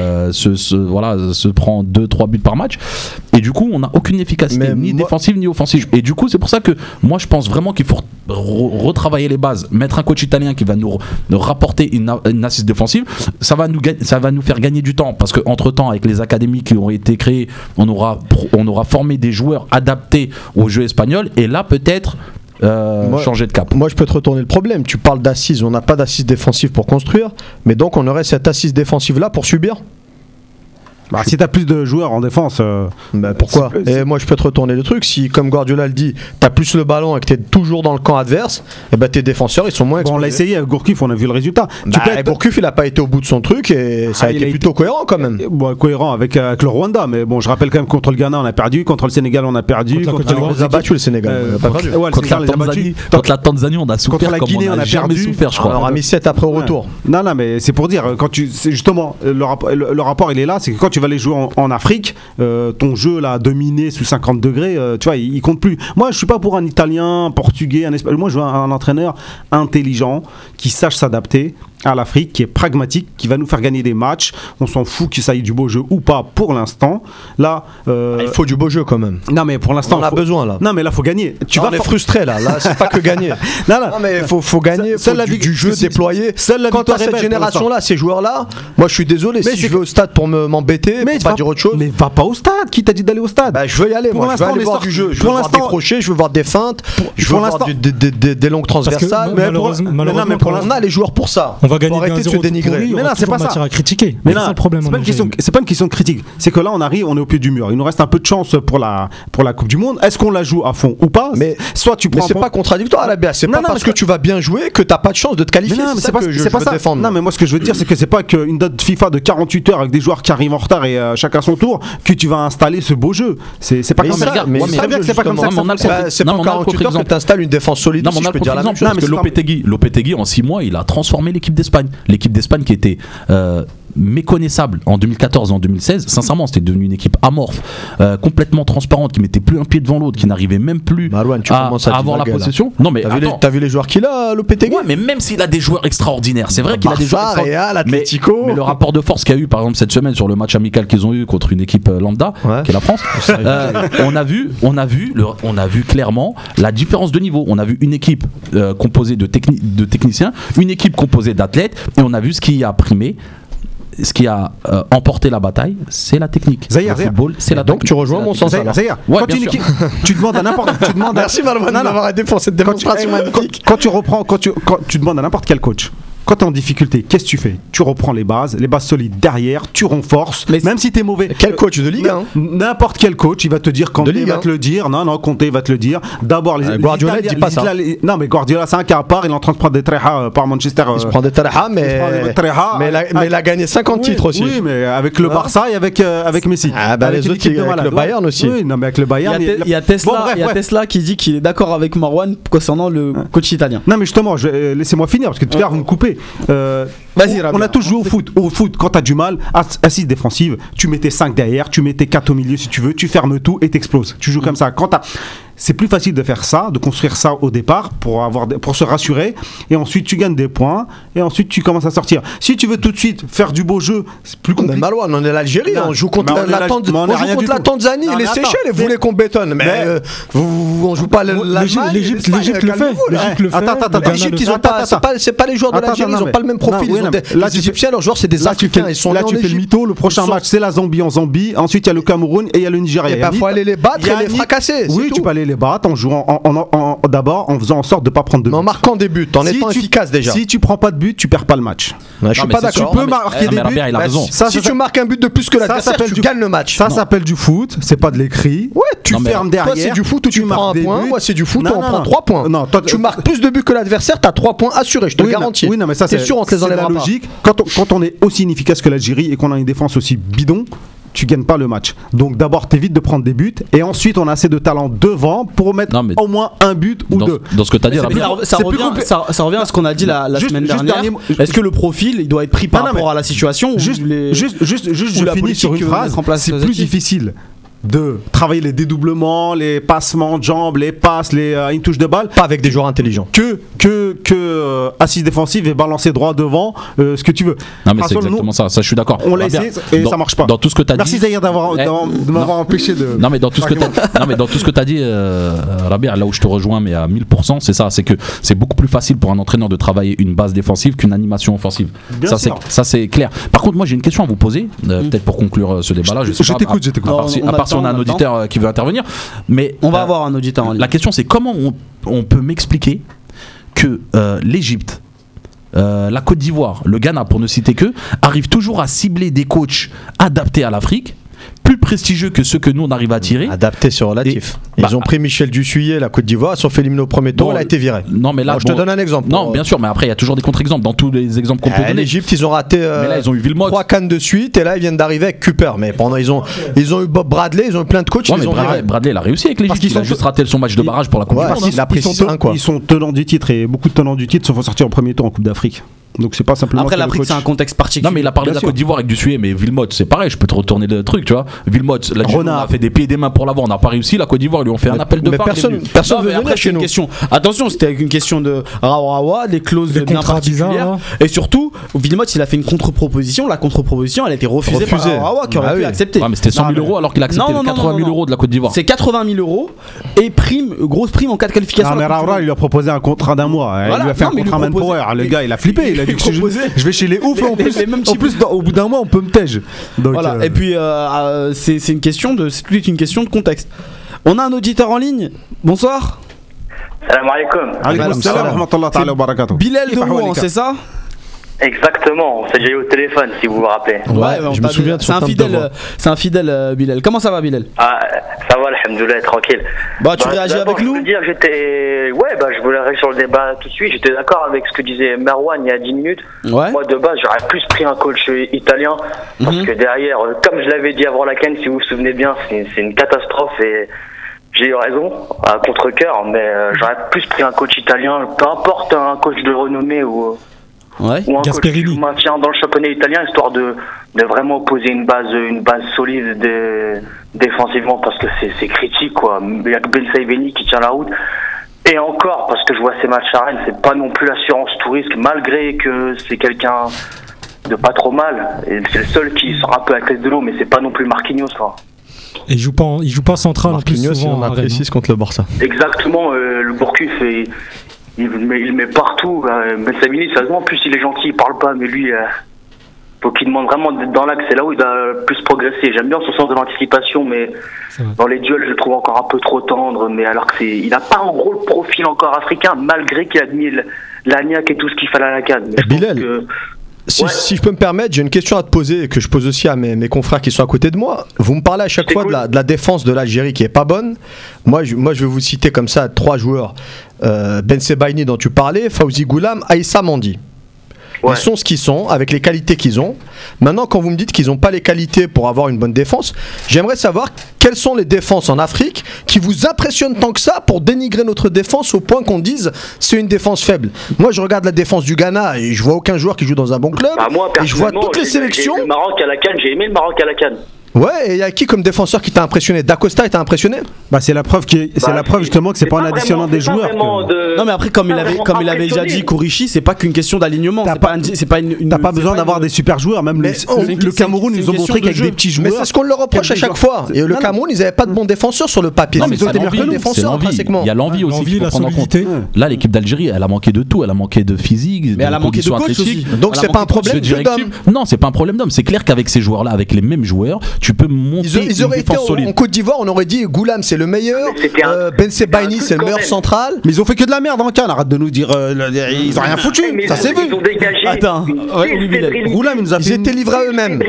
se prend 2-3 buts par match, et du coup on n'a aucune efficacité ni défensive ni offensive. Et du coup c'est pour ça que moi je pense vraiment qu'il faut retravailler les bases, mettre un coach italien qui va nous rapporter une assise défensive. Ça va nous faire gagner du temps, parce qu'entre temps, avec les académies qui ont été créées, on aura formé des joueurs adaptés au jeu espagnol, et là peut-être changer de cap. Moi je peux te retourner le problème. Tu parles d'assises, on n'a pas d'assises défensives pour construire, mais donc on aurait cette assise défensive là pour subir. Bah, si t'as plus de joueurs en défense. Pourquoi? Et moi je peux te retourner le truc. Si, comme Guardiola le dit, t'as plus le ballon et que t'es toujours dans le camp adverse, et ben tes défenseurs ils sont moins exposés. On l'a essayé avec Gourcuff, on a vu le résultat. Gourcuff il a pas été au bout de son truc et ça a été plutôt cohérent quand même. Cohérent avec le Rwanda, mais bon, je rappelle quand même contre le Ghana on a perdu, contre le Sénégal on a perdu, On les a battus le Sénégal. On a pas perdu. Contre la Tanzanie, on a souffert. Contre la Guinée, on a jamais perdu. souffert, je crois. On aura mis 7 après au retour. Non, mais c'est pour dire, c'est justement, le rapport il est là, c'est que quand tu vas aller jouer en Afrique, ton jeu là, dominé sous 50 degrés, tu vois, il compte plus. Moi, je suis pas pour un Italien, un Portugais, un Espagnol. Moi, je veux un entraîneur intelligent qui sache s'adapter à l'Afrique, qui est pragmatique, qui va nous faire gagner des matchs. On s'en fout que ça ait du beau jeu ou pas pour l'instant. Là, il faut du beau jeu quand même. Non, mais pour l'instant, on a besoin là. Non, mais là, faut gagner. On est frustré là. Là, c'est pas que gagner. non, mais faut gagner. Du jeu déployé. Quand t'as cette génération-là, ces joueurs-là, moi, je suis désolé. Si je vais au stade pour m'embêter, pour pas dire autre chose. Mais va pas au stade. Qui t'a dit d'aller au stade? Je veux y aller. Moi, je veux aller voir du jeu. Je veux voir des crochets. Je veux voir des feintes. Je veux voir des longues transversales. Malheureusement, on a les joueurs pour ça. On va gagner 1-0 dénigrer. Mais là, c'est pas ça. À critiquer. Mais là, c'est pas une question de critique. C'est que là, on est au pied du mur. Il nous reste un peu de chance pour la Coupe du Monde. Est-ce qu'on la joue à fond ou pas? Mais soit tu prends. Mais c'est pas contradictoire, Rabia. C'est pas parce que tu vas bien jouer que t'as pas de chance de te qualifier. C'est ça que je veux défendre. Non, mais moi, ce que je veux dire, c'est que c'est pas qu'une date FIFA de 48 heures avec des joueurs qui arrivent en retard et chacun son tour que tu vas installer ce beau jeu. C'est pas comme ça. Mais c'est pas comme ça. C'est pas en 48 heures que t'installes une défense solide. Non, mais on a le contre-exemple parce que Lopetegui en 6 mois, il a transformé l'équipe d'Espagne. L'équipe d'Espagne qui était méconnaissable en 2014 et en 2016, sincèrement c'était devenu une équipe amorphe, complètement transparente, qui mettait plus un pied devant l'autre, qui n'arrivait même plus à avoir la possession. Non mais t'as vu les joueurs qu'il a, Lopetegui? Ouais, mais même s'il a des joueurs extraordinaires, c'est vrai qu'il a des joueurs extraordinaires, mais le rapport de force qu'il y a eu par exemple cette semaine sur le match amical qu'ils ont eu contre une équipe lambda, qui est la France, on a vu clairement la différence de niveau. On a vu une équipe composée de techniciens, une équipe composée d'athlètes, et on a vu ce qui a primé. Ce qui a emporté la bataille, c'est la technique. Zahir, le football, c'est la donc tu rejoins mon sens. Zahir, ouais, tu demandes à n'importe. Merci Malouane d'avoir aidé pour cette démonstration magnifique. Quand tu demandes à n'importe quel coach. Quand tu es en difficulté, qu'est-ce que tu fais? Tu reprends les bases solides derrière, tu renforces, même si tu es mauvais. Quel coach de Ligue 1? N'importe quel coach, il va te dire, Kanté va te le dire. Non, Kanté va te le dire. D'abord, Guardiola ne dit pas ça. Non, mais Guardiola, c'est un cas à part. Il est en train de se prendre des tréhas par Manchester. Il se prend des tréhas, mais il a gagné 50 titres aussi. Oui, mais avec le Barça et avec Messi. Les autres, avec le Bayern aussi. Oui, non, mais avec le Bayern. Il y a Tesla qui dit qu'il est d'accord avec Marwan concernant le coach italien. Non, mais justement, laissez-moi finir parce que tout à l'heure, vous me coupez. On a toujours joué au foot, quand t'as du mal, assise défensive, tu mets tes 5 derrière, tu mets tes 4 au milieu si tu veux, tu fermes tout et t'exploses. Tu joues comme ça. C'est plus facile de faire ça, de construire ça au départ pour se rassurer, et ensuite tu gagnes des points, et ensuite tu commences à sortir. Si tu veux tout de suite faire du beau jeu, c'est plus compliqué. Mais Malouane, on est l'Algérie, on joue contre la Tanzanie et les Seychelles, et vous voulez qu'on bétonne. Mais on joue pas l'Allemagne. L'Égypte le fait. L'Égypte, c'est pas les joueurs de l'Algérie, ils ont pas le même profil. Les Égyptiens, leurs joueurs, c'est des Africains. Là, tu fais le mytho. Le prochain match, c'est la Zambie en Zambie. Ensuite, il y a le Cameroun et il y a le Nigeria. Il faut aller les battre et les fracasser. Oui, tu peux aller les battre en jouant d'abord en faisant en sorte de pas prendre de but. En marquant des buts, en étant efficace déjà. Si tu prends pas de but, tu perds pas le match. Je suis pas d'accord. Tu peux marquer des buts. Il a raison. Si tu marques un but de plus que l'adversaire, tu gagnes le match. Ça s'appelle du foot, c'est pas de l'écrit. Ouais, tu fermes derrière. Toi, c'est du foot où tu prends un point. Moi, c'est du foot où on prend 3 points. Tu marques plus de buts que l'adversaire, t'as 3 points assurés, je te le garantis. Oui, non, mais ça, c'est sûr, on te les enlèvera pas. Logique. Quand on est aussi inefficace que l'Algérie et qu'on a une défense aussi bidon, tu gagnes pas le match. Donc d'abord t'évites de prendre des buts et ensuite on a assez de talent devant pour mettre au moins un but ou deux. Dans ce que tu as dit, ça revient à ce qu'on a dit la semaine dernière. Est-ce que le profil il doit être pris par rapport à la situation je finis sur une phrase. C'est plus difficile de travailler les dédoublements, les passements de jambes, les passes, une touche de balle. Pas avec des joueurs intelligents. Que assise défensive et balancer droit devant, ce que tu veux. Non mais c'est exactement ça, je suis d'accord. On l'a essayé et ça marche pas. Dans tout ce que tu as dit. Merci Zahir de m'avoir empêché de. Non mais dans tout ce que tu as dit, Rabia, là où je te rejoins mais à 1000%, c'est ça, c'est que c'est beaucoup plus facile pour un entraîneur de travailler une base défensive qu'une animation offensive. Ça c'est clair. Par contre, moi j'ai une question à vous poser, peut-être pour conclure ce débat-là. Je t'écoute. À part si on a un auditeur qui veut intervenir, mais on va avoir un auditeur en ligne. La question c'est comment on peut m'expliquer que l'Égypte la Côte d'Ivoire, le Ghana pour ne citer que, arrivent toujours à cibler des coachs adaptés à l'Afrique, plus prestigieux que ceux que nous on arrive à attirer. Adapté, c'est relatif. Ils ont pris Michel Dussuyer, la Côte d'Ivoire, ils se sont fait éliminer au premier tour, il a été viré. Non, mais là, je te donne un exemple. Non, bien sûr, mais après, il y a toujours des contre-exemples dans tous les exemples qu'on peut donner. L'Égypte, ils ont raté mais là, ils ont eu Wilmot. 3 cannes de suite, et là, ils viennent d'arriver avec Cooper. Mais pendant, ils ont eu Bob Bradley, ils ont eu plein de coachs. Ouais, mais Bradley, il a réussi avec l'Égypte. Il a juste raté son match de barrage pour la Coupe du Monde. Ils sont tenants du titre, et beaucoup de tenants du titre se font sortir au premier tour en Coupe d'Afrique. Donc c'est pas simplement. Après l'Afrique, c'est un contexte particulier. Non, mais il a parlé de la Côte d'Ivoire avec Dussuyer, mais Wilmot, c'est pareil, je peux te retourner le truc, tu vois. Wilmot, là, on a fait des pieds et des mains pour l'avoir, on n'a pas réussi. La Côte d'Ivoire, ils lui ont fait un appel de phare. Personne veut venir après, chez nous. Attention, c'était une question de rawa, des clauses bien particulières. Et surtout, Wilmot, il a fait une contre-proposition. La contre-proposition, elle a été refusée par Rawa, qui aurait pu accepter. Ouais, mais c'était 100 000 euros alors qu'il a accepté 80 000 euros de la Côte d'Ivoire. C'est 80 000 euros et grosse prime en cas de qualification. Non, mais Rawa, il lui a proposé un contrat d'un mois. Il lui a fait un contrat manpower. Le gars, il a flippé. Il a dit que je vais chez les oufs, en plus au bout d'un mois on peut me tège. Voilà. Et puis c'est toute une question de contexte. On a un auditeur en ligne. Bonsoir. Salam alaikum. Alaikum salam wa rahmatullahi ta'ala wa barakatuh. Bilal de Rouen, c'est ça? Exactement, on s'est déjà eu au téléphone si vous vous rappelez. Ouais, je me souviens de c'est un fidèle Bilal. Comment ça va Bilal? Ça va, alhamdoulilah, tranquille. Tu réagis avec nous? Je veux dire, je voulais réagir sur le débat tout de suite. J'étais d'accord avec ce que disait Marwan il y a 10 minutes. Ouais. Moi, de base, j'aurais plus pris un coach italien parce que derrière, comme je l'avais dit avant la CAN, si vous vous souvenez bien, c'est une catastrophe et j'ai eu raison, à contre-cœur, mais j'aurais plus pris un coach italien, peu importe un coach de renommée ou un coach qui maintient dans le championnat italien, histoire de vraiment poser une base solide défensivement, parce que c'est critique, quoi. Il y a que Ben Saïveni qui tient la route. Et encore, parce que je vois ces matchs à Rennes, c'est pas non plus l'assurance tout risque, malgré que c'est quelqu'un de pas trop mal. Et c'est le seul qui sort un peu à la tête de l'eau, mais c'est pas non plus Marquinhos, quoi. Et il joue pas central en plus souvent. Il en a pris 6 contre le Barça. Exactement, le Bourcuf il met partout. Ben Sabini, sérieusement, en plus il est gentil, il parle pas, mais lui, faut qu'il demande vraiment d'être dans l'axe. C'est là où il doit plus progresser. J'aime bien son sens de l'anticipation, mais dans les duels, je le trouve encore un peu trop tendre. Mais alors il n'a pas un gros profil encore africain, malgré qu'il a mis l'agnac et tout ce qu'il fallait à la CAN. Bilal, si je peux me permettre, j'ai une question à te poser que je pose aussi à mes confrères qui sont à côté de moi. Vous me parlez à chaque fois de la défense de l'Algérie qui est pas bonne. Moi, je vais vous citer comme ça 3 joueurs. Ben Sebaini dont tu parlais, Fawzi Goulam, Aïssa Mandi. Ils sont ce qu'ils sont, avec les qualités qu'ils ont. Maintenant, quand vous me dites qu'ils n'ont pas les qualités pour avoir une bonne défense, j'aimerais savoir quelles sont les défenses en Afrique qui vous impressionnent tant que ça pour dénigrer notre défense au point qu'on dise c'est une défense faible. Moi, je regarde la défense du Ghana et je vois aucun joueur qui joue dans un bon club. Moi, et je vois toutes les sélections. J'ai aimé le Maroc à la CAN. Ouais, et il y a qui comme défenseur qui t'a impressionné? D'Acosta, il t'a impressionné? C'est la preuve justement que c'est pas en additionnant des joueurs. Non, mais après, comme il avait déjà dit, Kourichi, c'est pas qu'une question d'alignement. T'as pas besoin d'avoir des super joueurs. Même le Cameroun, ils ont montré qu'avec des petits joueurs. Mais c'est ce qu'on leur reproche à chaque fois. Et le Cameroun, ils avaient pas de bons défenseurs sur le papier. Non, mais ils ont été meilleurs défenseurs intrinsèquement. Il y a l'envie aussi qu'il faut prendre en compte. Là, l'équipe d'Algérie, elle a manqué de tout. Elle a manqué de physique, mais elle a manqué de coach aussi. Donc c'est pas un problème d'homme. Non, c'est pas un problème d'homme. C'est clair qu'avec ces joueurs-là, avec les mêmes joueurs, tu peux monter. Ils auraient été en Côte d'Ivoire, on aurait dit Goulam c'est le meilleur, Ben Sebaini c'est le meilleur central. Mais ils ont fait que de la merde en CAN, arrête de nous dire ils ont rien foutu, ça s'est vu. Ils ont dégagé. Attends, Goulam il nous a fait. Ils étaient livrés à eux-mêmes.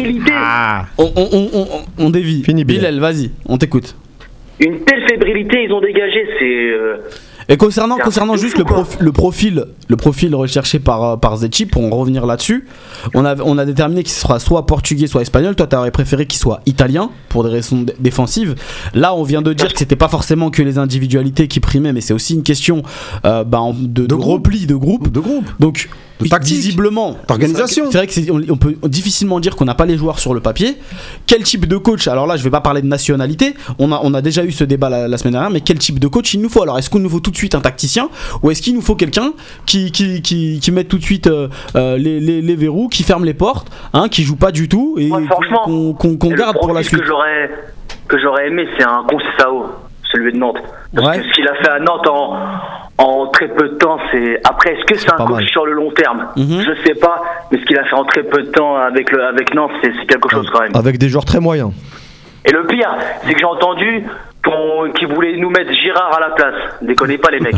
On dévie. Fini Bilal, vas-y, on t'écoute. Une telle fébrilité ils ont dégagé, Et concernant juste le profil recherché par Zetchi, pour en revenir là-dessus, on a déterminé qu'il sera soit portugais soit espagnol. Toi t'aurais préféré qu'il soit italien pour des raisons défensives. Là on vient de dire que c'était pas forcément que les individualités qui primaient, mais c'est aussi une question de repli, de groupe. Donc visiblement, d'organisation. C'est vrai qu'on peut difficilement dire qu'on n'a pas les joueurs sur le papier. Quel type de coach? Alors là je vais pas parler de nationalité, on a déjà eu ce débat la semaine dernière, mais quel type de coach il nous faut? Alors est-ce qu'il nous faut tout de suite un tacticien, ou est-ce qu'il nous faut quelqu'un qui mette tout de suite les verrous, qui ferme les portes, qui joue pas du tout et qu'on garde pour la suite? Que j'aurais aimé, c'est un Conceição, celui de Nantes. Parce que ce qu'il a fait à Nantes en très peu de temps, après, est-ce que c'est un coach sur le long terme? Je sais pas, mais ce qu'il a fait en très peu de temps avec Nantes, c'est quelque chose quand même. Avec des joueurs très moyens. Et le pire, c'est que j'ai entendu qui voulaient nous mettre Girard à la place. Déconnez pas les mecs.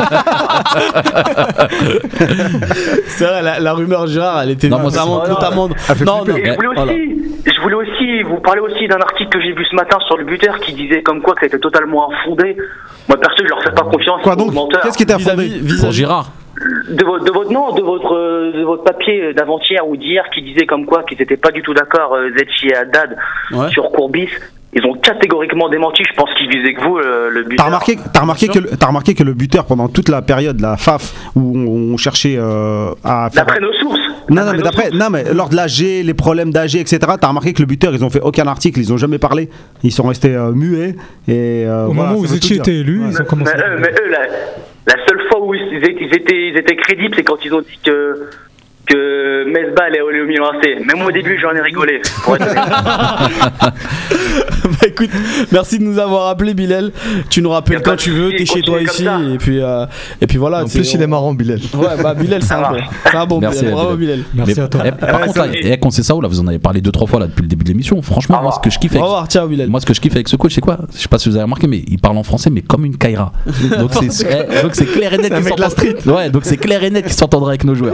C'est vrai, la rumeur Girard, elle était vraiment totalement. Je voulais aussi vous parler aussi d'un article que j'ai vu ce matin sur le buteur qui disait comme quoi que c'était totalement infondé. Moi perso, je leur fais pas confiance. Quoi donc? Qu'est-ce qui était infondé pour Girard? De votre papier d'avant-hier ou d'hier qui disait comme quoi qu'ils n'étaient pas du tout d'accord, Zetchi et Haddad, sur Courbis. Ils ont catégoriquement démenti, je pense qu'ils visaient que vous, le buteur. T'as remarqué que le buteur, pendant toute la période, la FAF, où on cherchait à faire... D'après nos sources. Non, mais lors de l'AG, les problèmes d'AG, etc., t'as remarqué que le buteur, ils ont fait aucun article, ils ont jamais parlé, ils sont restés muets. Et, au moment où Zetchi était élu, ils ont commencé. Mais eux, la seule fois où ils étaient crédibles, c'est quand ils ont dit que Mesbah allait au Milan AC. Même au début, j'en ai rigolé. Bah écoute, merci de nous avoir appelé, Bilal. Tu nous rappelles quand tu veux, t'es chez toi ici. Et puis voilà. En plus, il est marrant, Bilal. Ouais, bah Bilal, c'est un bon Merci, Bilal. Bravo, Bilal. Merci à toi. Par contre, quand c'est ça, là, vous en avez parlé 2-3 fois là, depuis le début de l'émission. Franchement, moi, ce que je kiffe avec ce coach, c'est quoi? Je sais pas si vous avez remarqué, mais il parle en français, mais comme une Kaira. Donc c'est clair et net qu'il s'entendra. Ouais, donc c'est clair et net qu'il s'entendra avec nos joueurs.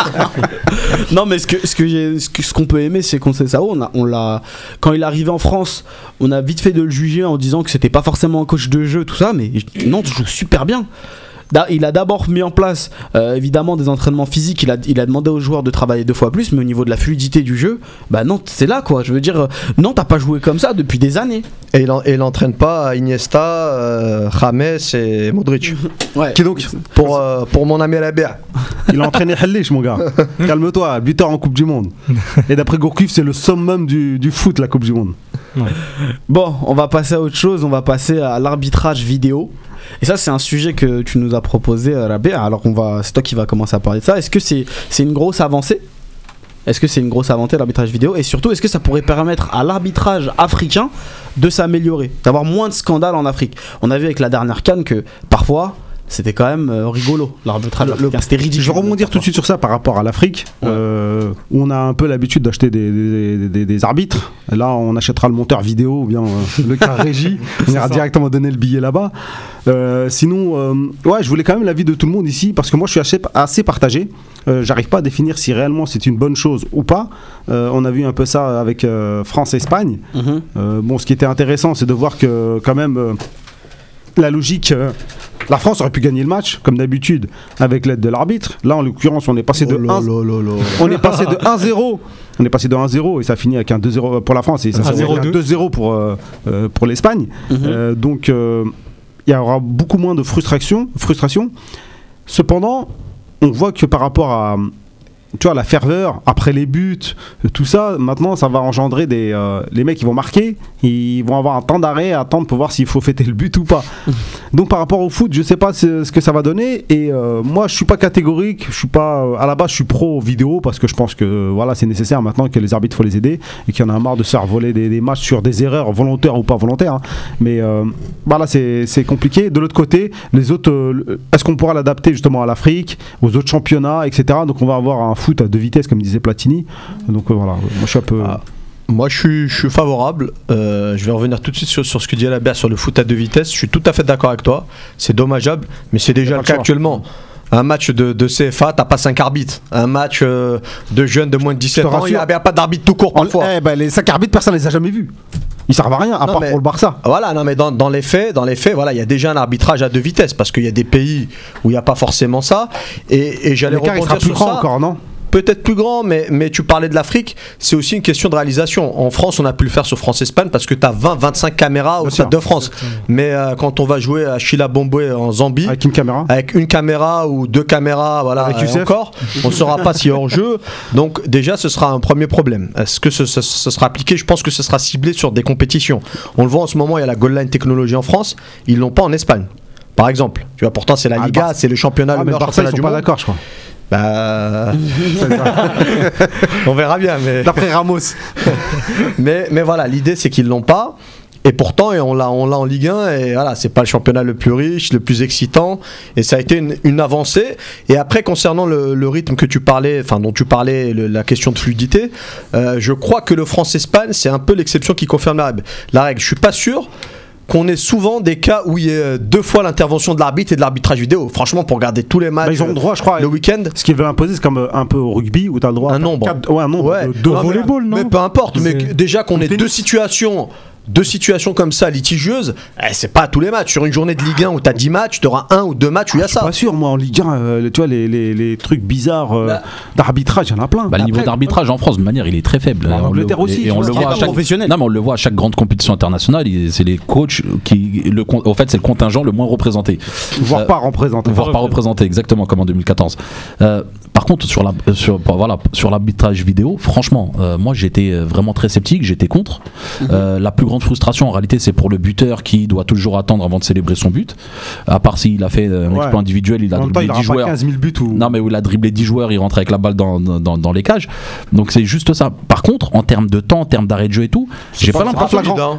Non, mais ce qu'on peut aimer, c'est qu'on sait ça. Quand il est arrivé en France, on a vite fait de le juger en disant que c'était pas forcément un coach de jeu, tout ça, mais Nantes joue super bien. Il a d'abord mis en place évidemment des entraînements physiques, il a demandé aux joueurs de travailler 2 fois plus, mais au niveau de la fluidité du jeu, bah Nantes c'est là quoi, je veux dire, Nantes a pas joué comme ça depuis des années. Et il entraîne pas Iniesta, James et Modric. Ouais. Qui donc pour mon ami Alabia. Il a entraîné Hellich, mon gars. Calme-toi, buteur en Coupe du Monde. Et d'après Gourcuff, c'est le summum du foot, la Coupe du Monde. Ouais. Bon, on va passer à autre chose, on va passer à l'arbitrage vidéo. Et ça, c'est un sujet que tu nous as proposé, Rabé. Alors, c'est toi qui vas commencer à parler de ça. Est-ce que c'est une grosse avancée? Est-ce que c'est une grosse avancée, l'arbitrage vidéo? Et surtout, est-ce que ça pourrait permettre à l'arbitrage africain de s'améliorer, d'avoir moins de scandales en Afrique? On a vu avec la dernière CAN que parfois c'était quand même rigolo, l'arbitrage africain, c'était ridicule. Je vais rebondir tout de suite sur ça par rapport à l'Afrique, où on a un peu l'habitude d'acheter des arbitres. Là, on achètera le monteur vidéo ou bien le cas régie, on ira directement donner le billet là-bas. Sinon, je voulais quand même l'avis de tout le monde ici, parce que moi je suis assez partagé. J'arrive pas à définir si réellement c'est une bonne chose ou pas. On a vu un peu ça avec France-Espagne. Bon, ce qui était intéressant, c'est de voir que quand même la logique, la France aurait pu gagner le match comme d'habitude avec l'aide de l'arbitre. Là en l'occurrence on est passé de 1-0. On est passé de 1-0 et ça finit avec un 2-0 pour la France et ça finit avec un 2-0 pour l'Espagne. Donc il y aura beaucoup moins de frustration. Cependant, on voit que par rapport à la ferveur après les buts, tout ça, maintenant ça va engendrer les mecs qui vont marquer, ils vont avoir un temps d'arrêt à attendre pour voir s'il faut fêter le but ou pas. Donc par rapport au foot, je sais pas ce que ça va donner et moi je suis pas catégorique, je suis pas à la base je suis pro vidéo parce que je pense que voilà, c'est nécessaire maintenant que les arbitres faut les aider et qu'il y en a marre de se faire voler des matchs sur des erreurs volontaires ou pas volontaires, hein. Mais voilà, c'est compliqué. De l'autre côté, les autres, est-ce qu'on pourra l'adapter justement à l'Afrique, aux autres championnats, etc. Donc on va avoir un foot à 2 vitesses comme disait Platini. Donc voilà, moi je suis un peu... Moi je suis favorable. Je vais revenir tout de suite sur ce que dit Alabia sur le foot à 2 vitesses. Je suis tout à fait d'accord avec toi. C'est dommageable, mais c'est déjà le cas actuellement. Un match de CFA, t'as pas 5 arbitres. Un match de jeunes de moins de 17 ans, il n'y a pas d'arbitre tout court parfois. Les 5 arbitres, personne ne les a jamais vus. Ils servent à rien, à part pour le Barça. Voilà, non mais dans les faits, voilà, il y a déjà un arbitrage à 2 vitesses parce qu'il y a des pays où il n'y a pas forcément ça. Et j'allais rebondir sur ça. Encore, non ? Peut-être plus grand, mais tu parlais de l'Afrique, c'est aussi une question de réalisation. En France, on a pu le faire sur France-Espagne parce que tu as 20-25 caméras au Stade de France. Mais quand on va jouer à Chila-Bomboué en Zambie, avec une caméra ou 2 caméras, voilà, encore, on ne saura pas s'il y a hors-jeu. Donc déjà, ce sera un premier problème. Est-ce que ce sera appliqué? Je pense que ce sera ciblé sur des compétitions. On le voit en ce moment, il y a la Goal Line Technologie en France, ils ne l'ont pas en Espagne. Par exemple, tu vois, pourtant c'est la Liga, c'est le championnat, le meilleur championnat du monde. Pas d'accord, je crois. On verra bien, mais d'après Ramos. mais voilà, l'idée c'est qu'ils l'ont pas. Et pourtant, on l'a en Ligue 1 et voilà, c'est pas le championnat le plus riche, le plus excitant, et ça a été une avancée. Et après, concernant le rythme que tu parlais, enfin dont tu parlais, la question de fluidité, je crois que le France-Espagne, c'est un peu l'exception qui confirme la règle. Je suis pas sûr. qu'on ait souvent des cas où il y a 2 fois l'intervention de l'arbitre et de l'arbitrage vidéo. Franchement, pour regarder tous les matchs, ils ont le droit, je crois, le week-end. Ce qu'ils veulent imposer, c'est comme un peu au rugby où tu as le droit un nombre. un nombre de volleyball, non? Mais peu importe, mais déjà qu'on ait deux situations comme ça litigieuses, c'est pas à tous les matchs. Sur une journée de Ligue 1 où t'as 10 matchs, t'auras 1 ou 2 matchs où il y a ça. Je suis pas sûr, moi en Ligue 1, tu vois, les trucs bizarres d'arbitrage, il y en a plein. Le niveau d'arbitrage en France, de manière, il est très faible. En Angleterre aussi. Et on le voit à chaque professionnel. Non, mais on le voit à chaque grande compétition internationale. C'est les coachs qui, au fait, c'est le contingent le moins représenté. Voire pas représenté. Voire pas représenté, exactement comme en 2014. Par contre, sur l'arbitrage vidéo, franchement, moi j'étais vraiment très sceptique, j'étais contre. La plus grande frustration en réalité, c'est pour le buteur qui doit toujours attendre avant de célébrer son but. À part s'il a fait un exploit individuel, il a dribblé 10 joueurs. 15 000 buts Non, mais où il a dribblé 10 joueurs, il rentre avec la balle dans les cages. Donc c'est juste ça. Par contre, en termes de temps, en termes d'arrêt de jeu et tout, j'ai pas l'impression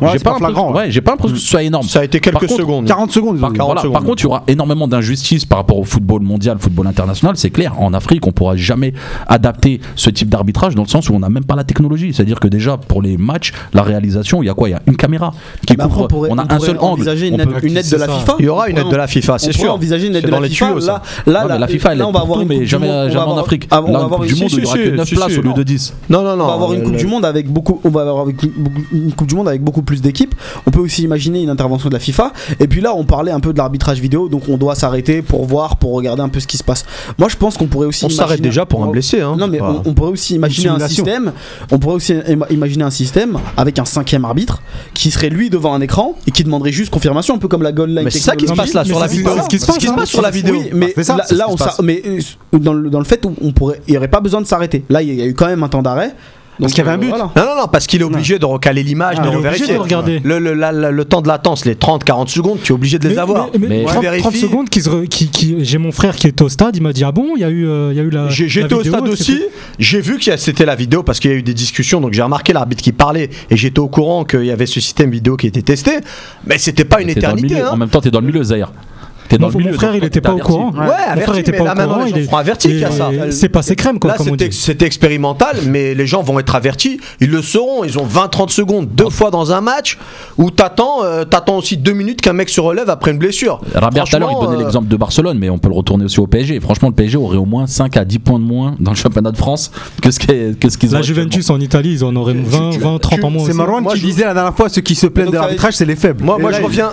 que ce soit énorme. Ça a été quelques secondes. 40 secondes. Par contre, il y aura énormément d'injustices par rapport au football mondial, football international. C'est clair, en Afrique, on pourra jamais adapter ce type d'arbitrage dans le sens où on n'a même pas la technologie. C'est-à-dire que déjà, pour les matchs, la réalisation, il y a quoi? Il y a une caméra qui couvre. On a un seul angle. Une aide de la FIFA. Il y aura une aide de la FIFA, c'est sûr. On pourrait envisager une aide de la FIFA. La FIFA, elle est partout, mais jamais en Afrique. On va avoir une Coupe du Monde, il n'y aura que 9 places au lieu de 10. Non. On va avoir une Coupe du Monde avec beaucoup. On va avoir une Coupe du Monde avec beaucoup plus d'équipes. On peut aussi imaginer une intervention de la FIFA. Et puis là, on parlait un peu de l'arbitrage vidéo, donc on doit s'arrêter pour regarder un peu ce qui se passe. Moi, je pense qu'on pourrait aussi. On s'arrête déjà pour un blessé. Non, mais on pourrait aussi imaginer un système. On pourrait aussi imaginer un système avec un 5e arbitre qui serait lui devant un écran et qui demanderait juste confirmation, un peu comme la goal line. Mais c'est ça qui se passe là sur la vidéo. C'est ce qui se passe sur la vidéo. Oui, mais là, mais dans le fait où il n'y aurait pas besoin de s'arrêter. Là, il y a eu quand même un temps d'arrêt. Parce qu'il y avait un but. Voilà. Non, parce qu'il est obligé de recaler l'image, de vérifier. De regarder. Le temps de latence, les 30-40 secondes, tu es obligé de les avoir. Mais 30 secondes, j'ai mon frère qui est au stade, il m'a dit ah bon, il y a eu la. J'étais au stade aussi, j'ai vu que c'était la vidéo parce qu'il y a eu des discussions, donc j'ai remarqué l'arbitre qui parlait et j'étais au courant qu'il y avait ce système vidéo qui était testé, mais c'était pas une éternité. En même temps, tu es dans le milieu, Zahir. Mon frère il était pas au courant. Ouais, mon frère était pas au courant. Ils sont avertis qu'il y a ça. C'est passé crème quoi. Là c'était expérimental, mais les gens vont être avertis. Ils le sauront. Ils ont 20-30 secondes 2 fois dans un match où t'attends aussi 2 minutes qu'un mec se relève après une blessure. Rabert tout à l'heure il donnait l'exemple de Barcelone, mais on peut le retourner aussi au PSG. Franchement, le PSG aurait au moins 5 à 10 points de moins dans le championnat de France que ce qu'ils ont. La Juventus en Italie, ils en auraient 20, 30 en moins. C'est Marwan qui disait la dernière fois, ceux qui se plaignent de l'arbitrage, c'est les faibles. Moi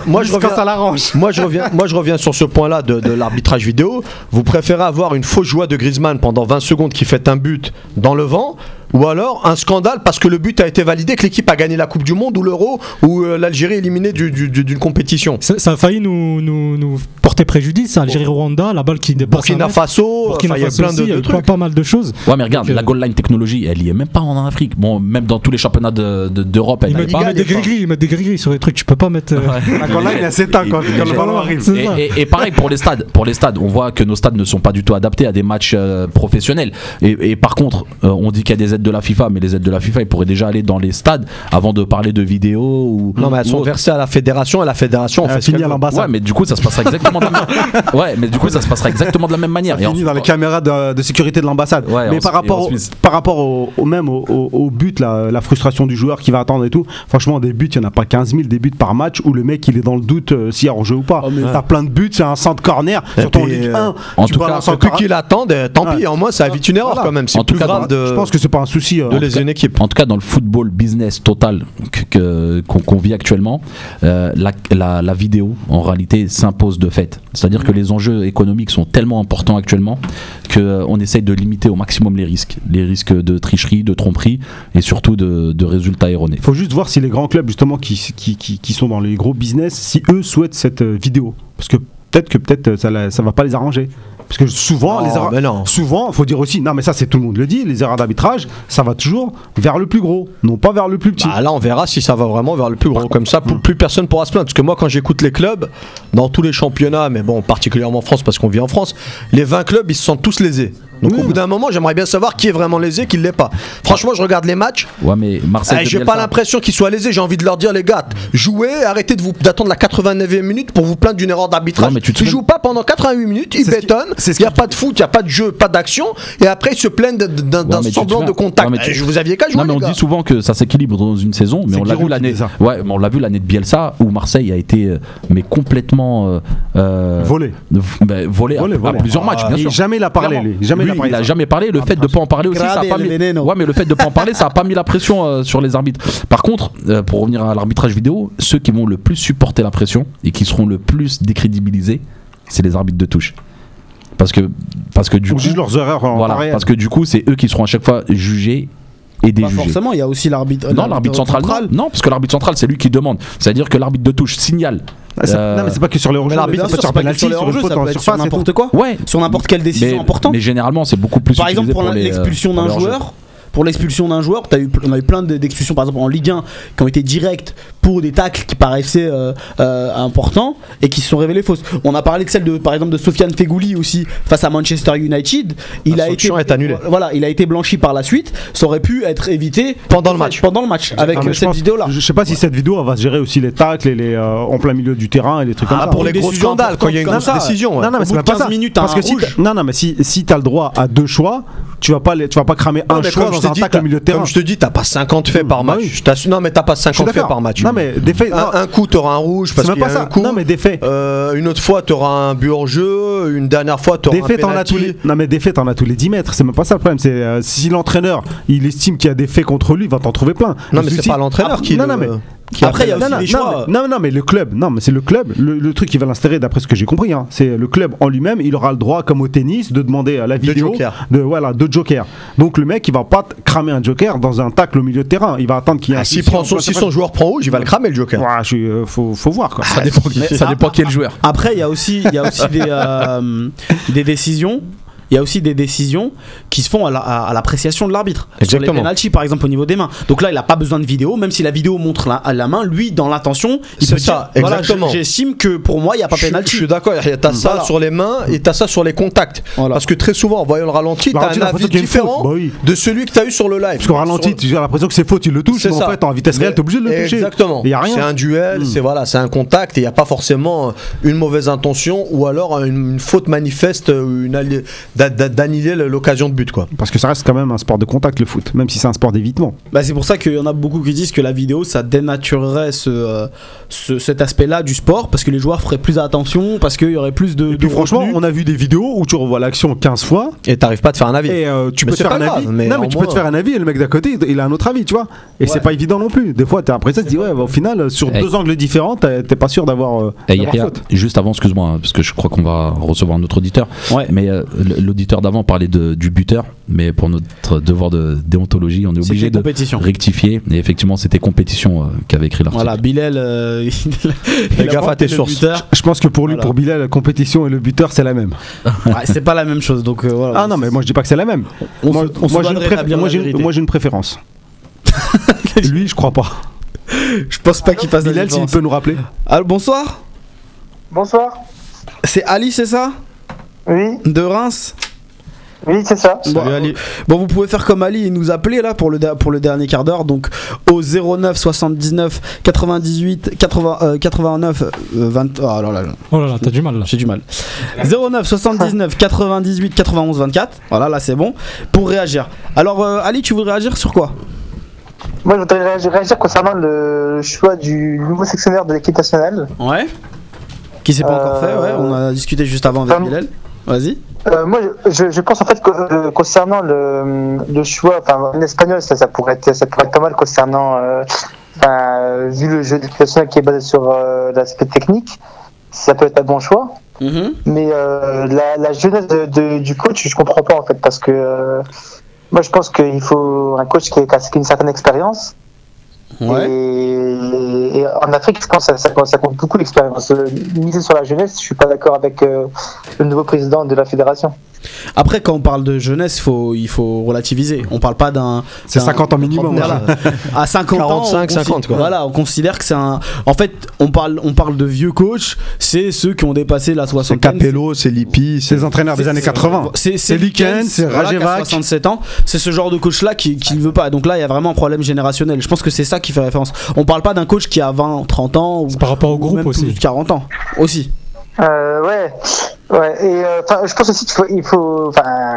je reviens sur ce point-là de l'arbitrage vidéo. Vous préférez avoir une fausse joie de Griezmann pendant 20 secondes qui fait un but dans le vent, ou alors un scandale parce que le but a été validé, que l'équipe a gagné la Coupe du Monde ou l'Euro, ou l'Algérie éliminée d'une compétition. Ça a failli nous porter préjudice. Algérie-Rwanda, la balle qui dépasse. Burkina Faso, il y a plein de trucs. Pas mal de choses. Ouais, mais regarde, la goal line technologie, elle y est même pas en Afrique. Bon, même dans tous les championnats d'Europe, elle n'y est pas. Ils mettent des gris sur les trucs, tu peux pas mettre. La goal line, il y a 7 ans quand le ballon arrive. Et pareil pour les stades, on voit que nos stades ne sont pas du tout adaptés à des matchs professionnels. Et par contre, on dit qu'il y a des aides de la FIFA, mais les aides de la FIFA, ils pourraient déjà aller dans les stades avant de parler de vidéo. Non, mais elles sont versées à la fédération, et la fédération, on fait fini à l'ambassade. Ouais, mais du coup, ça se passera exactement de la même. Ouais, mais du coup, ça se passera exactement de la même manière. Et dans les caméras de sécurité de l'ambassade. Ouais, mais par rapport au but, la frustration du joueur qui va attendre et tout. Franchement, des buts, il n'y en a pas 15 000 des buts par match où le mec il est dans le doute s'il y a hors-jeu ou pas. T'as plein de buts, c'est un centre corner. Surtout en Ligue 1. En tout cas, plus qu'il attende, tant pis. En moins, ça évite une erreur quand même. C'est plus grave de. Je pense que c'est pas un souci de léser une équipe. En tout cas, dans le football business total qu'on vit actuellement, la vidéo en réalité s'impose de fait. C'est-à-dire que les enjeux économiques sont tellement importants actuellement qu'on essaye de limiter au maximum les risques de tricherie, de tromperie et surtout de résultats erronés. Il faut juste voir si les grands clubs justement qui sont dans les gros business, si eux souhaitent cette vidéo, parce que peut-être ça va pas les arranger. Parce que souvent, faut dire aussi, non mais ça c'est tout le monde le dit, les erreurs d'arbitrage, ça va toujours vers le plus gros, non pas vers le plus petit. Là on verra si ça va vraiment vers le plus gros, comme ça plus personne pourra se plaindre. Parce que moi quand j'écoute les clubs, dans tous les championnats, mais bon particulièrement en France parce qu'on vit en France, les 20 clubs ils se sentent tous lésés. Donc au bout d'un moment, j'aimerais bien savoir qui est vraiment lésé, qui ne l'est pas. Franchement, je regarde les matchs. Ouais, mais Marseille. J'ai pas l'impression qu'ils soient lésés. J'ai envie de leur dire, les gars, jouez, arrêtez d'attendre la 89e minute pour vous plaindre d'une erreur d'arbitrage. Ils jouent pas pendant 88 minutes, ils bétonnent. Il n'y a pas de foot, il n'y a pas de jeu, pas d'action. Et après, ils se plaignent d'un semblant de contact. Vous aviez qu'à jouer. Non, mais on dit souvent que ça s'équilibre dans une saison, mais on l'a vu l'année. Ouais, on l'a vu l'année de Bielsa où Marseille a été mais complètement volé à plusieurs matchs. Bien sûr. Jamais il a parlé. Il a jamais parlé. Le fait de pas en parler aussi, ça a pas mis. Ouais, mais le fait de pas en parler, ça a pas mis la pression sur les arbitres. Par contre, pour revenir à l'arbitrage vidéo, ceux qui vont le plus supporter la pression et qui seront le plus décrédibilisés, c'est les arbitres de touche. Parce que du coup, juge leurs erreurs en voilà, parce que du coup, c'est eux qui seront à chaque fois jugés et déjugés. Forcément, il y a aussi l'arbitre. Non, l'arbitre central. Non, parce que l'arbitre central, c'est lui qui demande. C'est-à-dire que l'arbitre de touche signale. Non, mais c'est pas que sur les hors-jeux. L'arbitre, ça peut être sur les hors-jeux, ça peut être sur n'importe quoi. Ouais. Sur n'importe quelle décision importante. Mais généralement, c'est beaucoup plus. Par exemple, pour l'expulsion d'un joueur. Pour l'expulsion d'un joueur, on a eu plein d'expulsions, par exemple en Ligue 1, qui ont été directes pour des tacles qui paraissaient importants et qui se sont révélées fausses. On a parlé de celle par exemple de Sofiane Feghouli aussi face à Manchester United. Il a été blanchi par la suite. Ça aurait pu être évité pendant le match avec cette vidéo-là. Je sais pas si cette vidéo va se gérer aussi les tacles et en plein milieu du terrain et les trucs comme ça. Pour les gros scandales, quand il y a une grosse décision. Non, mais c'est pas 15 minutes parce que si t'as le droit à deux choix, tu vas pas cramer un choix dans un tacle au milieu de terrain. Comme je te dis, t'as pas 50 faits par match. Non, mais t'as pas 50 faits par match. Non, mais des faits. Un coup, t'auras un rouge parce qu'il y a un coup. Non, mais des faits. Une autre fois, t'auras un but hors jeu. Une dernière fois, t'auras un penalty. Non, mais des faits, t'en as tous les 10 mètres. C'est même pas ça le problème. C'est si l'entraîneur il estime qu'il y a des faits contre lui, il va t'en trouver plein. Non, mais c'est pas l'entraîneur qui. Après, il y a aussi des choix. Non, mais le club, c'est le club. Le truc qui va l'insérer, d'après ce que j'ai compris, c'est le club en lui-même. Il aura le droit, comme au tennis, de demander à la vidéo de joker. Donc le mec, il va pas cramer un joker dans un tacle au milieu de terrain. Il va attendre qu'il y ait un. Si son joueur prend rouge, il va le cramer le joker. Faut voir quoi. Ça dépend quel joueur. Après, il y a aussi des décisions. Il y a aussi des décisions qui se font à l'appréciation de l'arbitre. Sur les pénaltys, par exemple, au niveau des mains. Donc là, il n'a pas besoin de vidéo, même si la vidéo montre la main, lui, dans l'intention, il peut dire, exactement. J'estime que pour moi, il n'y a pas pénalty. Je suis d'accord, t'as ça sur les mains et t'as ça sur les contacts. Parce que très souvent, en voyant le ralenti, t'as un avis différent de celui que t'as eu sur le live. Parce qu'au ralenti, tu as l'impression que c'est faute, il le touche, mais en fait, en vitesse réelle, t'es obligé de le toucher. Exactement. C'est un duel, c'est un contact et il n'y a pas forcément une mauvaise intention ou alors une faute manifeste, d'annihiler l'occasion de but quoi. Parce que ça reste quand même un sport de contact le foot, même si c'est un sport d'évitement. C'est pour ça qu'il y en a beaucoup qui disent que la vidéo ça dénaturerait cet aspect-là du sport parce que les joueurs feraient plus attention, parce qu'il y aurait plus de. Et puis franchement, on a vu des vidéos où tu revois l'action 15 fois et t'arrives pas à te faire un avis. Et tu peux te faire un avis. Non mais tu peux te faire un avis et le mec d'à côté il a un autre avis, tu vois. Et c'est pas évident non plus. Des fois après ça tu te dis au final sur deux angles différents t'es pas sûr d'avoir faute. Juste avant, excuse-moi, parce que je crois qu'on va recevoir un autre auditeur. Mais l'auditeur d'avant parlait du buteur, mais pour notre devoir de déontologie, on est obligé de rectifier. Et effectivement, c'était compétition qu'avait écrit l'article. Voilà, Bilal. Gaffe à tes sources. Je pense que pour lui, pour Bilal, la compétition et le buteur, c'est la même. C'est pas la même chose. Donc, voilà. Ah non, mais moi je dis pas que c'est la même. Moi j'ai une préférence. Lui, je crois pas. Je pense pas qu'il fasse Bilal, s'il peut nous rappeler. Allô, bonsoir. Bonsoir. C'est Ali, c'est ça? Oui. De Reims? Oui, c'est ça. Ali. Bon, vous pouvez faire comme Ali et nous appeler là pour le dernier quart d'heure, donc au 09 79 98 89 20. Oh là là. Oh là là, t'as du mal là. J'ai du mal. 09 79 98 91 24. Voilà, là c'est bon pour réagir. Alors Ali, tu voudrais réagir sur quoi? Moi, je voudrais réagir concernant le choix du nouveau sectionnaire de l'équipe nationale. Ouais. Qui s'est pas encore fait, ouais. On a discuté juste avant avec Bilal. Vas-y. Moi, je pense en fait que concernant le choix, en espagnol, ça pourrait être pas mal concernant, vu le jeu d'équipe nationale qui est basé sur l'aspect technique, ça peut être un bon choix. Mm-hmm. Mais la jeunesse du coach, je comprends pas en fait, parce que moi, je pense qu'il faut un coach qui a une certaine expérience. Ouais. Et en Afrique, je pense que ça compte beaucoup l'expérience. Miser sur la jeunesse, je suis pas d'accord avec le nouveau président de la fédération. Après, quand on parle de jeunesse, il faut relativiser. On parle pas C'est 50 ans minimum. Voilà. À 50 45, ans, 50 quoi. Voilà, on considère que c'est un. En fait, on parle de vieux coachs, c'est ceux qui ont dépassé la C'est soixantaine. Capello, c'est Lippi, C'est les entraîneurs des années 80. C'est Likens, c'est Rajevac. 67 ans. C'est ce genre de coach-là qui ne veut pas. Donc là, il y a vraiment un problème générationnel. Je pense que c'est ça qui fait référence. On parle pas d'un coach qui a 20, 30 ans ou C'est par rapport au groupe même aussi. plus de 40 ans aussi. Ouais. Et je pense aussi qu'il faut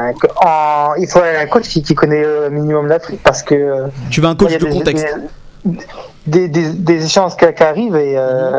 un coach qui connaît un minimum l'Afrique parce que Tu veux un coach de contexte. Des échanges qui arrivent et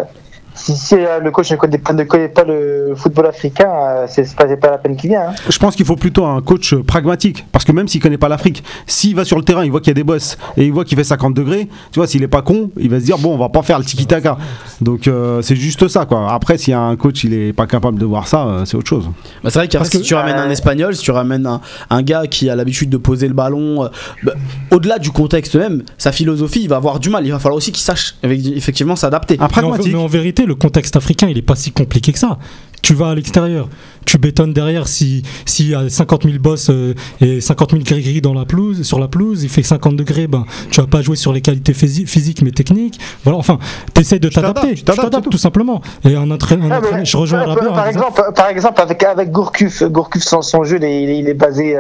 si le coach ne connaît pas le football africain, c'est pas la peine qu'il vient. Hein. Je pense qu'il faut plutôt un coach pragmatique. Parce que même s'il connaît pas l'Afrique, s'il va sur le terrain, il voit qu'il y a des boss et il voit qu'il fait 50 degrés, tu vois, s'il est pas con, il va se dire bon, on va pas faire le tiki-taka. Donc c'est juste ça, quoi. Après, s'il y a un coach, il est pas capable de voir ça, c'est autre chose. Bah, c'est vrai que si tu ramènes un Espagnol, si tu ramènes un gars qui a l'habitude de poser le ballon, au-delà du contexte même, sa philosophie, il va avoir du mal. Il va falloir aussi qu'il sache effectivement s'adapter. Un pragmatique. Mais en vérité, le contexte africain, il est pas si compliqué que ça. Tu vas à l'extérieur, tu bétonnes derrière s'il y a 50 000 boss et 50 000 gris-gris sur la pelouse, il fait 50 degrés, tu vas pas jouer sur les qualités physiques mais techniques. Voilà, enfin, tu essaies de t'adapter. Tu t'adaptes tout simplement. Et je rejoins Rabert. Par exemple, avec Gourcuff, son jeu, il est basé,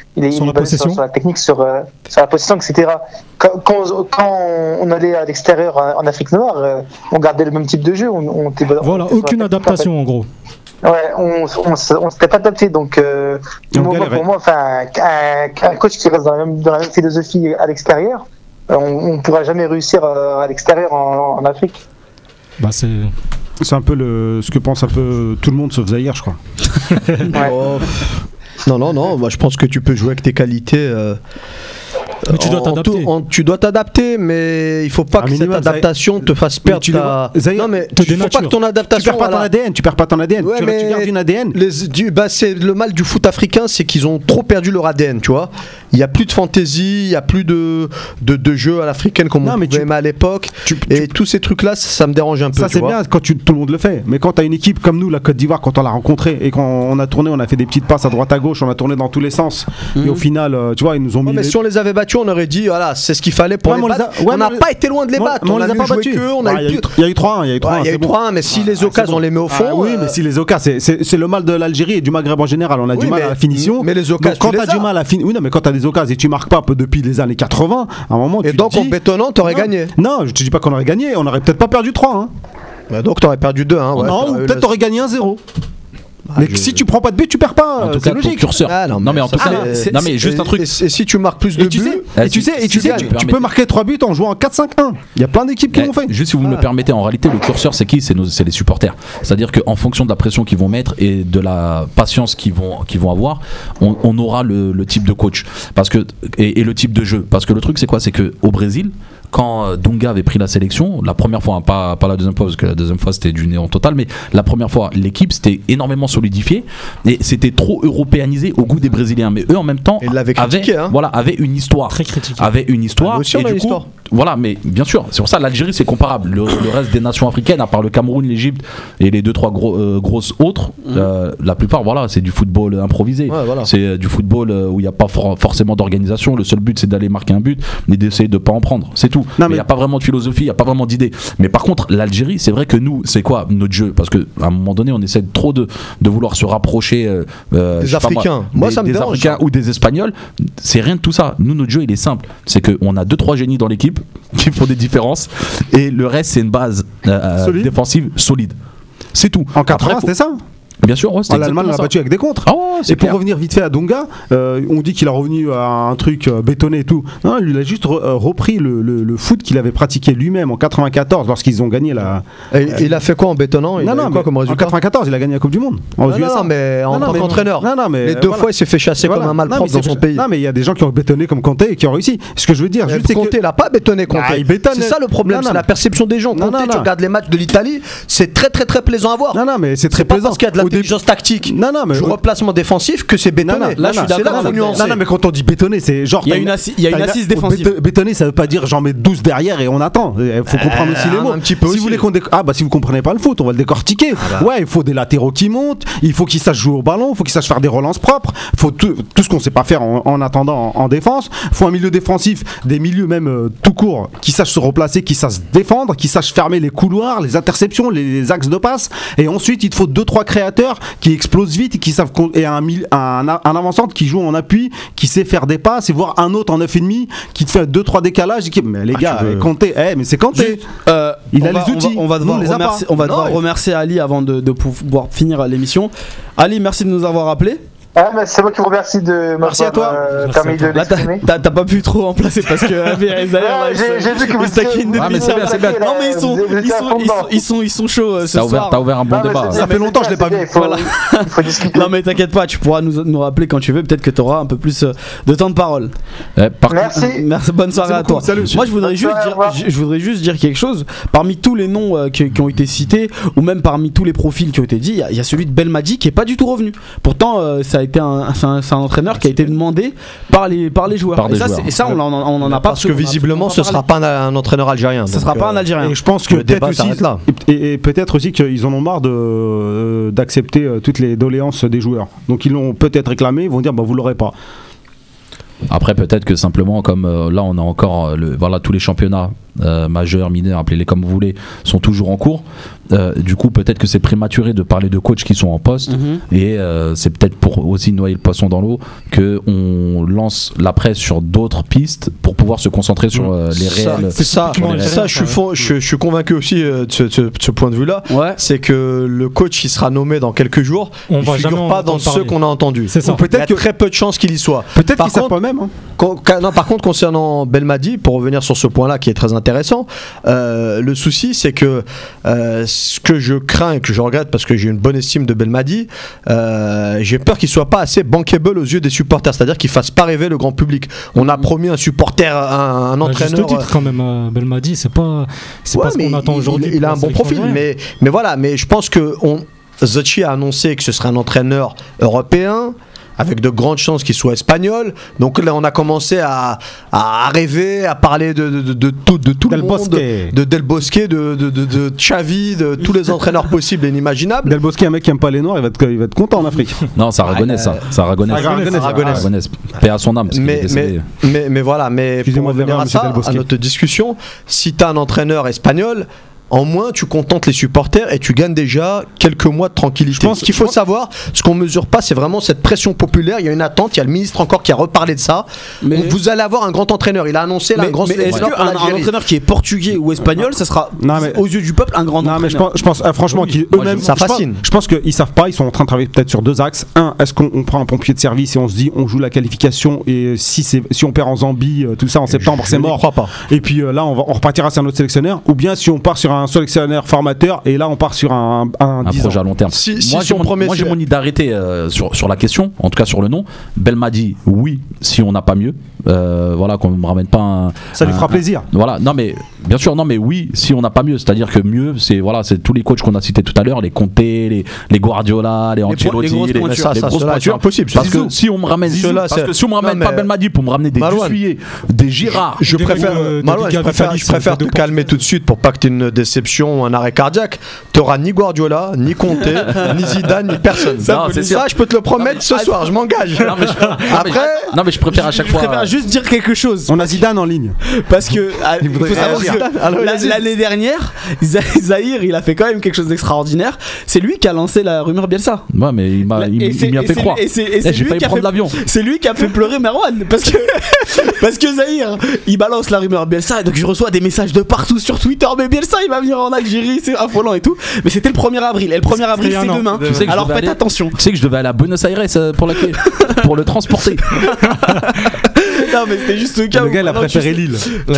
sur la technique, sur la position, etc. Quand on allait à l'extérieur en Afrique noire, on gardait le même type de jeu. Voilà, aucune adaptation en gros. Ouais, on s'était pas adapté, donc pour moi, un coach qui reste dans la même philosophie à l'extérieur, on pourra jamais réussir à l'extérieur en Afrique. Bah c'est un peu ce que pense un peu tout le monde sauf Zahir, je crois. Ouais. Oh, non, moi je pense que tu peux jouer avec tes qualités. Mais tu dois t'adapter. Tu dois t'adapter, mais il faut pas que cette adaptation te fasse perdre ta. Non, mais il faut pas que ton adaptation. Tu perds pas ton ADN. Ouais, tu gardes une ADN. C'est le mal du foot africain, c'est qu'ils ont trop perdu leur ADN, tu vois. Il y a plus de fantaisie, il y a plus de jeux à l'africaine comme on pouvait aimer à l'époque. Et tous ces trucs-là, ça me dérange un peu. Ça c'est bien quand tout le monde le fait. Mais quand t'as une équipe comme nous, la Côte d'Ivoire, quand on l'a rencontrée et quand on a tourné, on a fait des petites passes à droite à gauche, on a tourné dans tous les sens. Et au final, tu vois, ils nous ont mis. Mais si on les avait battus, on aurait dit voilà, c'est ce qu'il fallait pour les battre. On n'a pas été loin de les battre. On les a pas battus. Il y a eu 3-1. Il y a eu 3-1, mais si les occasions on les met au fond. Oui, mais si les occasions, c'est le mal de l'Algérie et du Maghreb en général. On a du mal à la finition. Mais les occasions. Quand t'as du mal à finir. Oui, non, mais quand t'as des occasions et tu marques pas depuis les années 80, à un moment. Et donc en bétonnant, t'aurais gagné. Non, je te dis pas qu'on aurait gagné. On aurait peut-être pas perdu 3-1. Donc t'aurais perdu 2-1. Non, ou peut-être t'aurais gagné 1-0. Mais si tu prends pas de but, tu perds pas. En tout cas, ton curseur. Non, mais en tout cas, non, mais juste un truc. Et si tu marques plus de buts, tu peux marquer 3 buts en jouant en 4-5-1. Il y a plein d'équipes qui l'ont fait. Juste si vous me le permettez, en réalité, le curseur, c'est qui ? C'est les supporters. C'est-à-dire qu'en fonction de la pression qu'ils vont mettre et de la patience qu'ils vont avoir, on aura le type de coach et le type de jeu. Parce que le truc, c'est quoi ? C'est qu'au Brésil, quand Dunga avait pris la sélection, la première fois, pas la deuxième fois, parce que la deuxième fois c'était du néant total, mais la première fois, l'équipe s'était énormément solidifiée et c'était trop européanisé au goût des Brésiliens. Mais eux, en même temps, avaient une histoire. Très critiqué. Avaient une histoire. Aussi, et du coup, voilà, mais bien sûr, c'est pour ça l'Algérie c'est comparable. Le reste des nations africaines, à part le Cameroun, l'Égypte et les 2-3 grosses autres, la plupart, voilà, c'est du football improvisé. Ouais, voilà. C'est du football où il n'y a pas forcément d'organisation. Le seul but, c'est d'aller marquer un but, mais d'essayer de pas en prendre. C'est tout. Il n'y a pas vraiment de philosophie, il n'y a pas vraiment d'idée. Mais par contre, l'Algérie, c'est vrai que nous, c'est quoi notre jeu ? Parce qu'à un moment donné, on essaie trop de vouloir se rapprocher des Africains. Moi, ça me dérange. Africains ou des Espagnols. C'est rien de tout ça. Nous, notre jeu, il est simple. C'est qu'on a 2-3 génies dans l'équipe qui font des différences. Et le reste, c'est une base défensive solide. C'est tout. En 80, c'était ça ? Bien sûr, ouais, l'Allemagne l'a battu avec des contres. Et pour revenir vite fait à Dunga, on dit qu'il est revenu à un truc bétonné et tout. Non, il a juste repris le foot qu'il avait pratiqué lui-même en 94 lorsqu'ils ont gagné la. Il a fait quoi en bétonnant ? Quoi comme résultat ? En 94, il a gagné la Coupe du Monde. Non, mais en tant qu'entraîneur. Les deux fois, il s'est fait chasser comme un malpropre dans son pays. Non, mais il y a des gens qui ont bétonné comme Kanté et qui ont réussi. Ce que je veux dire, c'est que Kanté, il n'a pas bétonné Kanté. C'est ça le problème, c'est la perception des gens. Kanté, tu regardes les matchs de l'Italie, c'est très très très plaisant à voir. Non, mais c'est très plaisant. Parce qu'il y a de intelligence tactique, Non, mais du replacement défensif, que c'est bétonné. Là, je suis C'est d'accord. là qu'il faut nuancer. Non, mais quand on dit bétonné, c'est genre. Il y a une assise défensive. Bétonné, ça veut pas dire j'en mets 12 derrière et on attend. Il faut comprendre aussi les mots. un petit peu Si aussi. vous voulez si vous comprenez pas le foot, on va le décortiquer. Ouais, il faut des latéraux qui montent, il faut qu'ils sachent jouer au ballon, il faut qu'ils sachent faire des relances propres, il faut tout ce qu'on sait pas faire en attendant en défense. Il faut un milieu défensif, des milieux même tout court, qui sachent se replacer, qui sachent se défendre, qui sachent fermer les couloirs, les interceptions, les axes de passe. Et ensuite, il te faut 2-3 créateurs qui explosent vite et qui savent et un avant-centre qui joue en appui, qui sait faire des passes et voir un autre en 9,5 qui te fait 2-3 décalages. Mais les gars, comptez, mais c'est compté. Il a les outils. On va devoir remercier Ali avant de pouvoir finir l'émission. Ali, merci de nous avoir appelés. Ah, mais c'est moi qui vous remercie de Merci à toi. permis de Là, l'exprimer. t'as pas pu trop en placer parce que J'ai vu que vous mais c'est bien, c'est bien. Non, mais ils sont chauds ce soir. T'as ouvert un bon débat. Ça fait longtemps que je l'ai pas vu. Il faut discuter. Non, mais t'inquiète pas, tu pourras nous rappeler quand tu veux. Peut-être que tu auras un peu plus de temps de parole. Merci. Bonne soirée à toi. Salut. Moi, je voudrais juste dire quelque chose. Parmi tous les noms qui ont été cités, ou même parmi tous les profils qui ont été dit, il y a celui de Belmadi qui est pas du tout revenu. Pourtant, ça a été c'est un entraîneur qui a été demandé par les joueurs. Et ça, on en a pas. Parce que visiblement, ce sera pas un entraîneur algérien. Ça sera pas un Algérien. Et je pense que le débat s'arrête là. Et peut-être aussi qu'ils en ont marre d'accepter toutes les doléances des joueurs. Donc ils l'ont peut-être réclamé, ils vont dire vous l'aurez pas. Après, peut-être que simplement, comme là, on a encore tous les championnats majeurs, mineurs, appelez-les comme vous voulez, sont toujours en cours. Du coup, peut-être que c'est prématuré de parler de coachs qui sont en poste. Et c'est peut-être pour aussi noyer le poisson dans l'eau qu'on lance la presse sur d'autres pistes pour pouvoir se concentrer sur les réels. Je suis convaincu aussi de ce point de vue-là. Ouais. C'est que le coach qui sera nommé dans quelques jours, On il va ne figure jamais pas en dans entendre ceux qu'on a entendus. C'est ça. Il y a très peu de chances qu'il y soit. Peut-être Par qu'ils savent contre, pas même. Par contre, concernant Belmadi, pour revenir sur ce point-là qui est très intéressant, le souci c'est que ce que je crains et que je regrette parce que j'ai une bonne estime de Belmadi, j'ai peur qu'il soit pas assez bankable aux yeux des supporters, c'est-à-dire qu'il fasse pas rêver le grand public. On a promis un supporter, un entraîneur. Juste titre quand même, Belmadi, c'est pas ce qu'on attend aujourd'hui. Il a un bon profil, mais voilà, mais je pense que Zocchi a annoncé que ce serait un entraîneur européen, avec de grandes chances qu'il soit espagnol. Donc là, on a commencé à rêver, à parler de tout le monde, de Del Bosque, de Xavi, de tous les entraîneurs possibles et inimaginables. Del Bosque, un mec qui aime pas les noirs, il va être content en Afrique. Non, ça Aragonès, ça Aragonès. Paix à son âme. Mais voilà, mais pour revenir à notre discussion, si tu as un entraîneur espagnol, en moins tu contentes les supporters et tu gagnes déjà quelques mois de tranquillité. Ce qu'il faut savoir, ce qu'on mesure pas, c'est vraiment cette pression populaire. Il y a une attente, il y a le ministre encore qui a reparlé de ça. Mais vous allez avoir un grand entraîneur. Il a annoncé là un grand entraîneur. Est-ce qu'un entraîneur qui est portugais ou espagnol, ça sera aux yeux du peuple un grand entraîneur? Mais je pense franchement qu'eux-mêmes, ça fascine. Je pense qu'ils savent pas. Ils sont en train de travailler peut-être sur deux axes. Un, est-ce qu'on prend un pompier de service et on se dit on joue la qualification et si on perd en Zambie, tout ça en septembre, c'est mort. Crois pas. Et puis là, on repartira sur un autre sélectionneur. Ou bien si on part sur un sélectionneur formateur et là on part sur un projet à long terme. Moi j'ai mon idée d'arrêter sur la question, en tout cas sur le nom. Belmadi, oui, si on n'a pas mieux. Voilà, qu'on ne me ramène pas ça lui fera plaisir. Voilà, non mais bien sûr, non mais oui, si on n'a pas mieux, c'est-à-dire que mieux, c'est tous les coachs qu'on a cités tout à l'heure, les Conte, les Guardiola, les Ancelotti, les grosses pointures. Impossible. Parce que si on me ramène pas Belmadi pour me ramener des Dussuyer, des Girard, je préfère te calmer tout de suite pour pas que tu aies une déception ou un arrêt cardiaque. T'auras ni Guardiola, ni Conte, ni Zidane, ni personne. Ça, je peux te le promettre ce soir, je m'engage. Non mais je préfère à chaque fois. Je préfère juste dire quelque chose. On a Zidane en ligne. Parce que il faut savoir que l'année dernière, Zahir, il a fait quand même quelque chose d'extraordinaire. C'est lui qui a lancé la rumeur Bielsa. Ouais, mais il m'y a fait croire. J'ai failli prendre l'avion. C'est lui qui a fait pleurer Merwan parce que Zahir, il balance la rumeur Bielsa et donc je reçois des messages de partout sur Twitter. Mais Bielsa, il va venir en Algérie, c'est affolant et tout. Mais c'était le 1er avril. Et le 1er avril, c'est demain. Alors faites attention. Tu sais que je devais aller à Buenos Aires pour le transporter. Non mais c'était juste le cas. Le gars il a préféré Lille.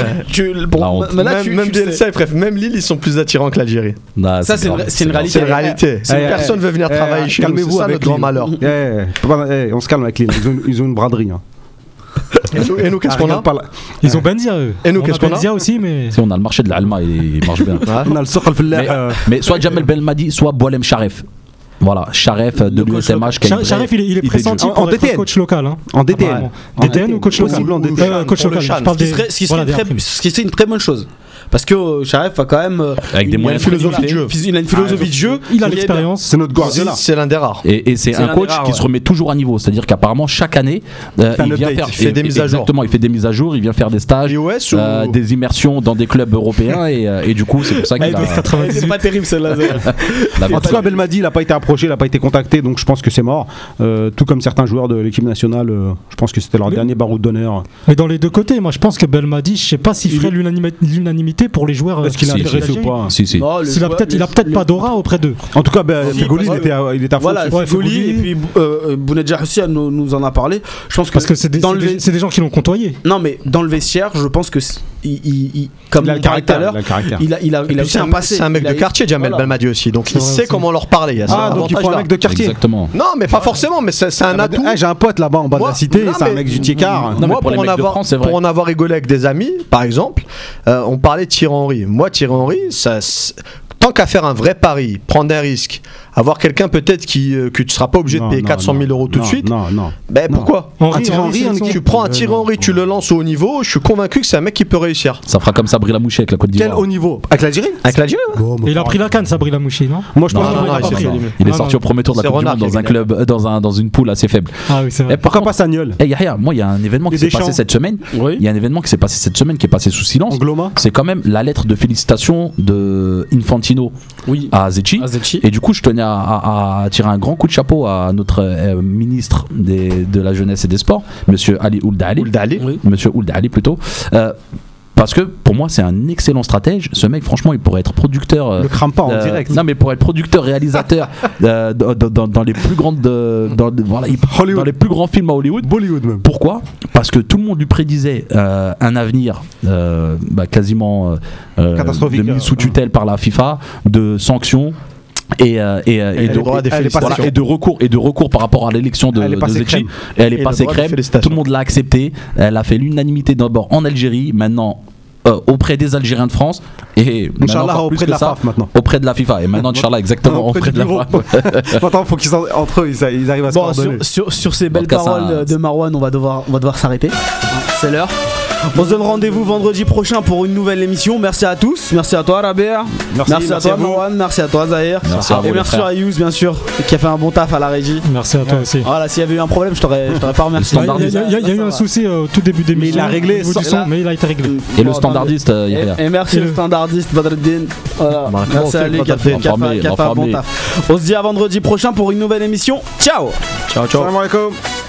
Même Lille ils sont plus attirants que l'Algérie. Ça c'est une réalité. C'est une réalité. Personne veut venir travailler chez nous. C'est ça notre grand malheur. On se calme avec Lille. Ils ont une braderie. Et nous qu'est-ce qu'on a? Ils ont Benzia eux. Et nous qu'est-ce qu'on a? Benzia aussi mais. Si on a le marché de l'Alma, il marche bien. On a le Sokhal Fellah. Mais soit Jamel Belmadi, soit Boualem Sharef. Voilà, Charef de l'USMH. Charef, il est pressenti en pour être DTN. coach local. Hein. En DTN. DTN ou coach local coach local. Je parle des. Ce qui serait une très bonne chose. Parce que Charef a quand même avec des moyens de jeu. Il a une philosophie de jeu. Il a l'expérience. C'est notre Guardiola. C'est l'un des rares. Et c'est un coach qui se remet toujours à niveau. C'est-à-dire qu'apparemment chaque année, il vient faire. Il fait des mises à jour. Exactement, il fait des mises à jour. Il vient faire des stages, des immersions dans des clubs européens et du coup c'est pour ça qu'il a. C'est pas terrible celle-là. En tout cas, Belmadi, il n'a pas été approché, il n'a pas été contacté, donc je pense que c'est mort. Tout comme certains joueurs de l'équipe nationale, je pense que c'était leur dernier baroud d'honneur. Mais dans les deux côtés, moi je pense que Belmadi, je sais pas s'il ferait l'unanimité pour les joueurs. Est-ce qu'il est intéressé ou pas? Si. Il a peut-être pas d'aura auprès d'eux. En tout cas, Fegoli, il était à fond. Voilà, Fegoli et puis Bounedjah aussi nous en a parlé. Je pense parce que c'est des gens qui l'ont côtoyé. Non, mais dans le vestiaire, je pense que comme il a le caractère tout à l'heure, il a aussi un passé. C'est un mec de quartier, Jamel Belmadi aussi, donc il sait comment leur parler. Donc il faut un mec de quartier. Exactement. Non, mais pas forcément, mais c'est un atout. J'ai un pote là-bas en bas de la cité, c'est un mec du Tiécar. Moi, pour en avoir rigolé avec des amis, par exemple, on parlait de Thierry Henry. Moi, Thierry Henry, tant qu'à faire un vrai pari, prendre un risque, avoir quelqu'un peut-être que tu ne seras pas obligé de payer 400 000 euros tout de suite. Ben pourquoi tu prends un Thierry Henry, tu le lances au haut niveau, je suis convaincu que c'est un mec qui peut réussir. Ça fera comme Sabri Lamouchi avec la Côte d'Ivoire. Quel haut niveau? Avec l'Algérie? Avec l'Algérie. Il a pris la canne, Sabri Lamouchi, non? Moi je pense il est sorti au premier tour de la Coupe du Monde dans un club, dans une poule assez faible. Ah oui, c'est vrai. Pourquoi pas Sagnol? Moi, il y a un événement qui s'est passé cette semaine. Il y a un événement qui s'est passé cette semaine qui est passé sous silence. C'est quand même la lettre de félicitations de Infantino à Zetchi. Et du coup, je tenais à tirer un grand coup de chapeau à notre ministre de la jeunesse et des sports, monsieur Ali Ould Ali. Monsieur Ould Ali plutôt. Parce que pour moi c'est un excellent stratège. Ce mec franchement il pourrait être producteur. Le crame pas en direct. Non mais pour être producteur, réalisateur dans les plus grandes dans les plus grands films à Hollywood. Bollywood même. Pourquoi? Parce que tout le monde lui prédisait un avenir quasiment de mise sous tutelle par la FIFA, de sanctions. Et de recours par rapport à l'élection de Zetchi. Et elle est passée crème. Tout le monde l'a accepté. Elle a fait l'unanimité d'abord en Algérie, maintenant auprès des Algériens de France et Inch'Allah auprès de la FAF maintenant. Auprès de la FIFA et maintenant Inch'Allah exactement auprès de la FAF. Maintenant faut qu'ils entre eux ils arrivent à se coordonner. Sur ces belles paroles de Marwan, on va devoir s'arrêter. C'est l'heure. On se donne rendez-vous vendredi prochain pour une nouvelle émission. Merci à tous. Merci à toi Rabea. Merci à toi Marwan. Merci à toi Zahir. Et merci à Youz bien sûr qui a fait un bon taf à la régie. Merci à toi aussi. Voilà, s'il y avait eu un problème je t'aurais pas remercié. Il y a eu un souci au tout début d'émission. Mais il a réglé mais il a été réglé. Et le standardiste et merci au standardiste Badreddin. Voilà. Merci à lui qui a fait un bon taf. On se dit à vendredi prochain pour une nouvelle émission. Ciao. Salam alaikum.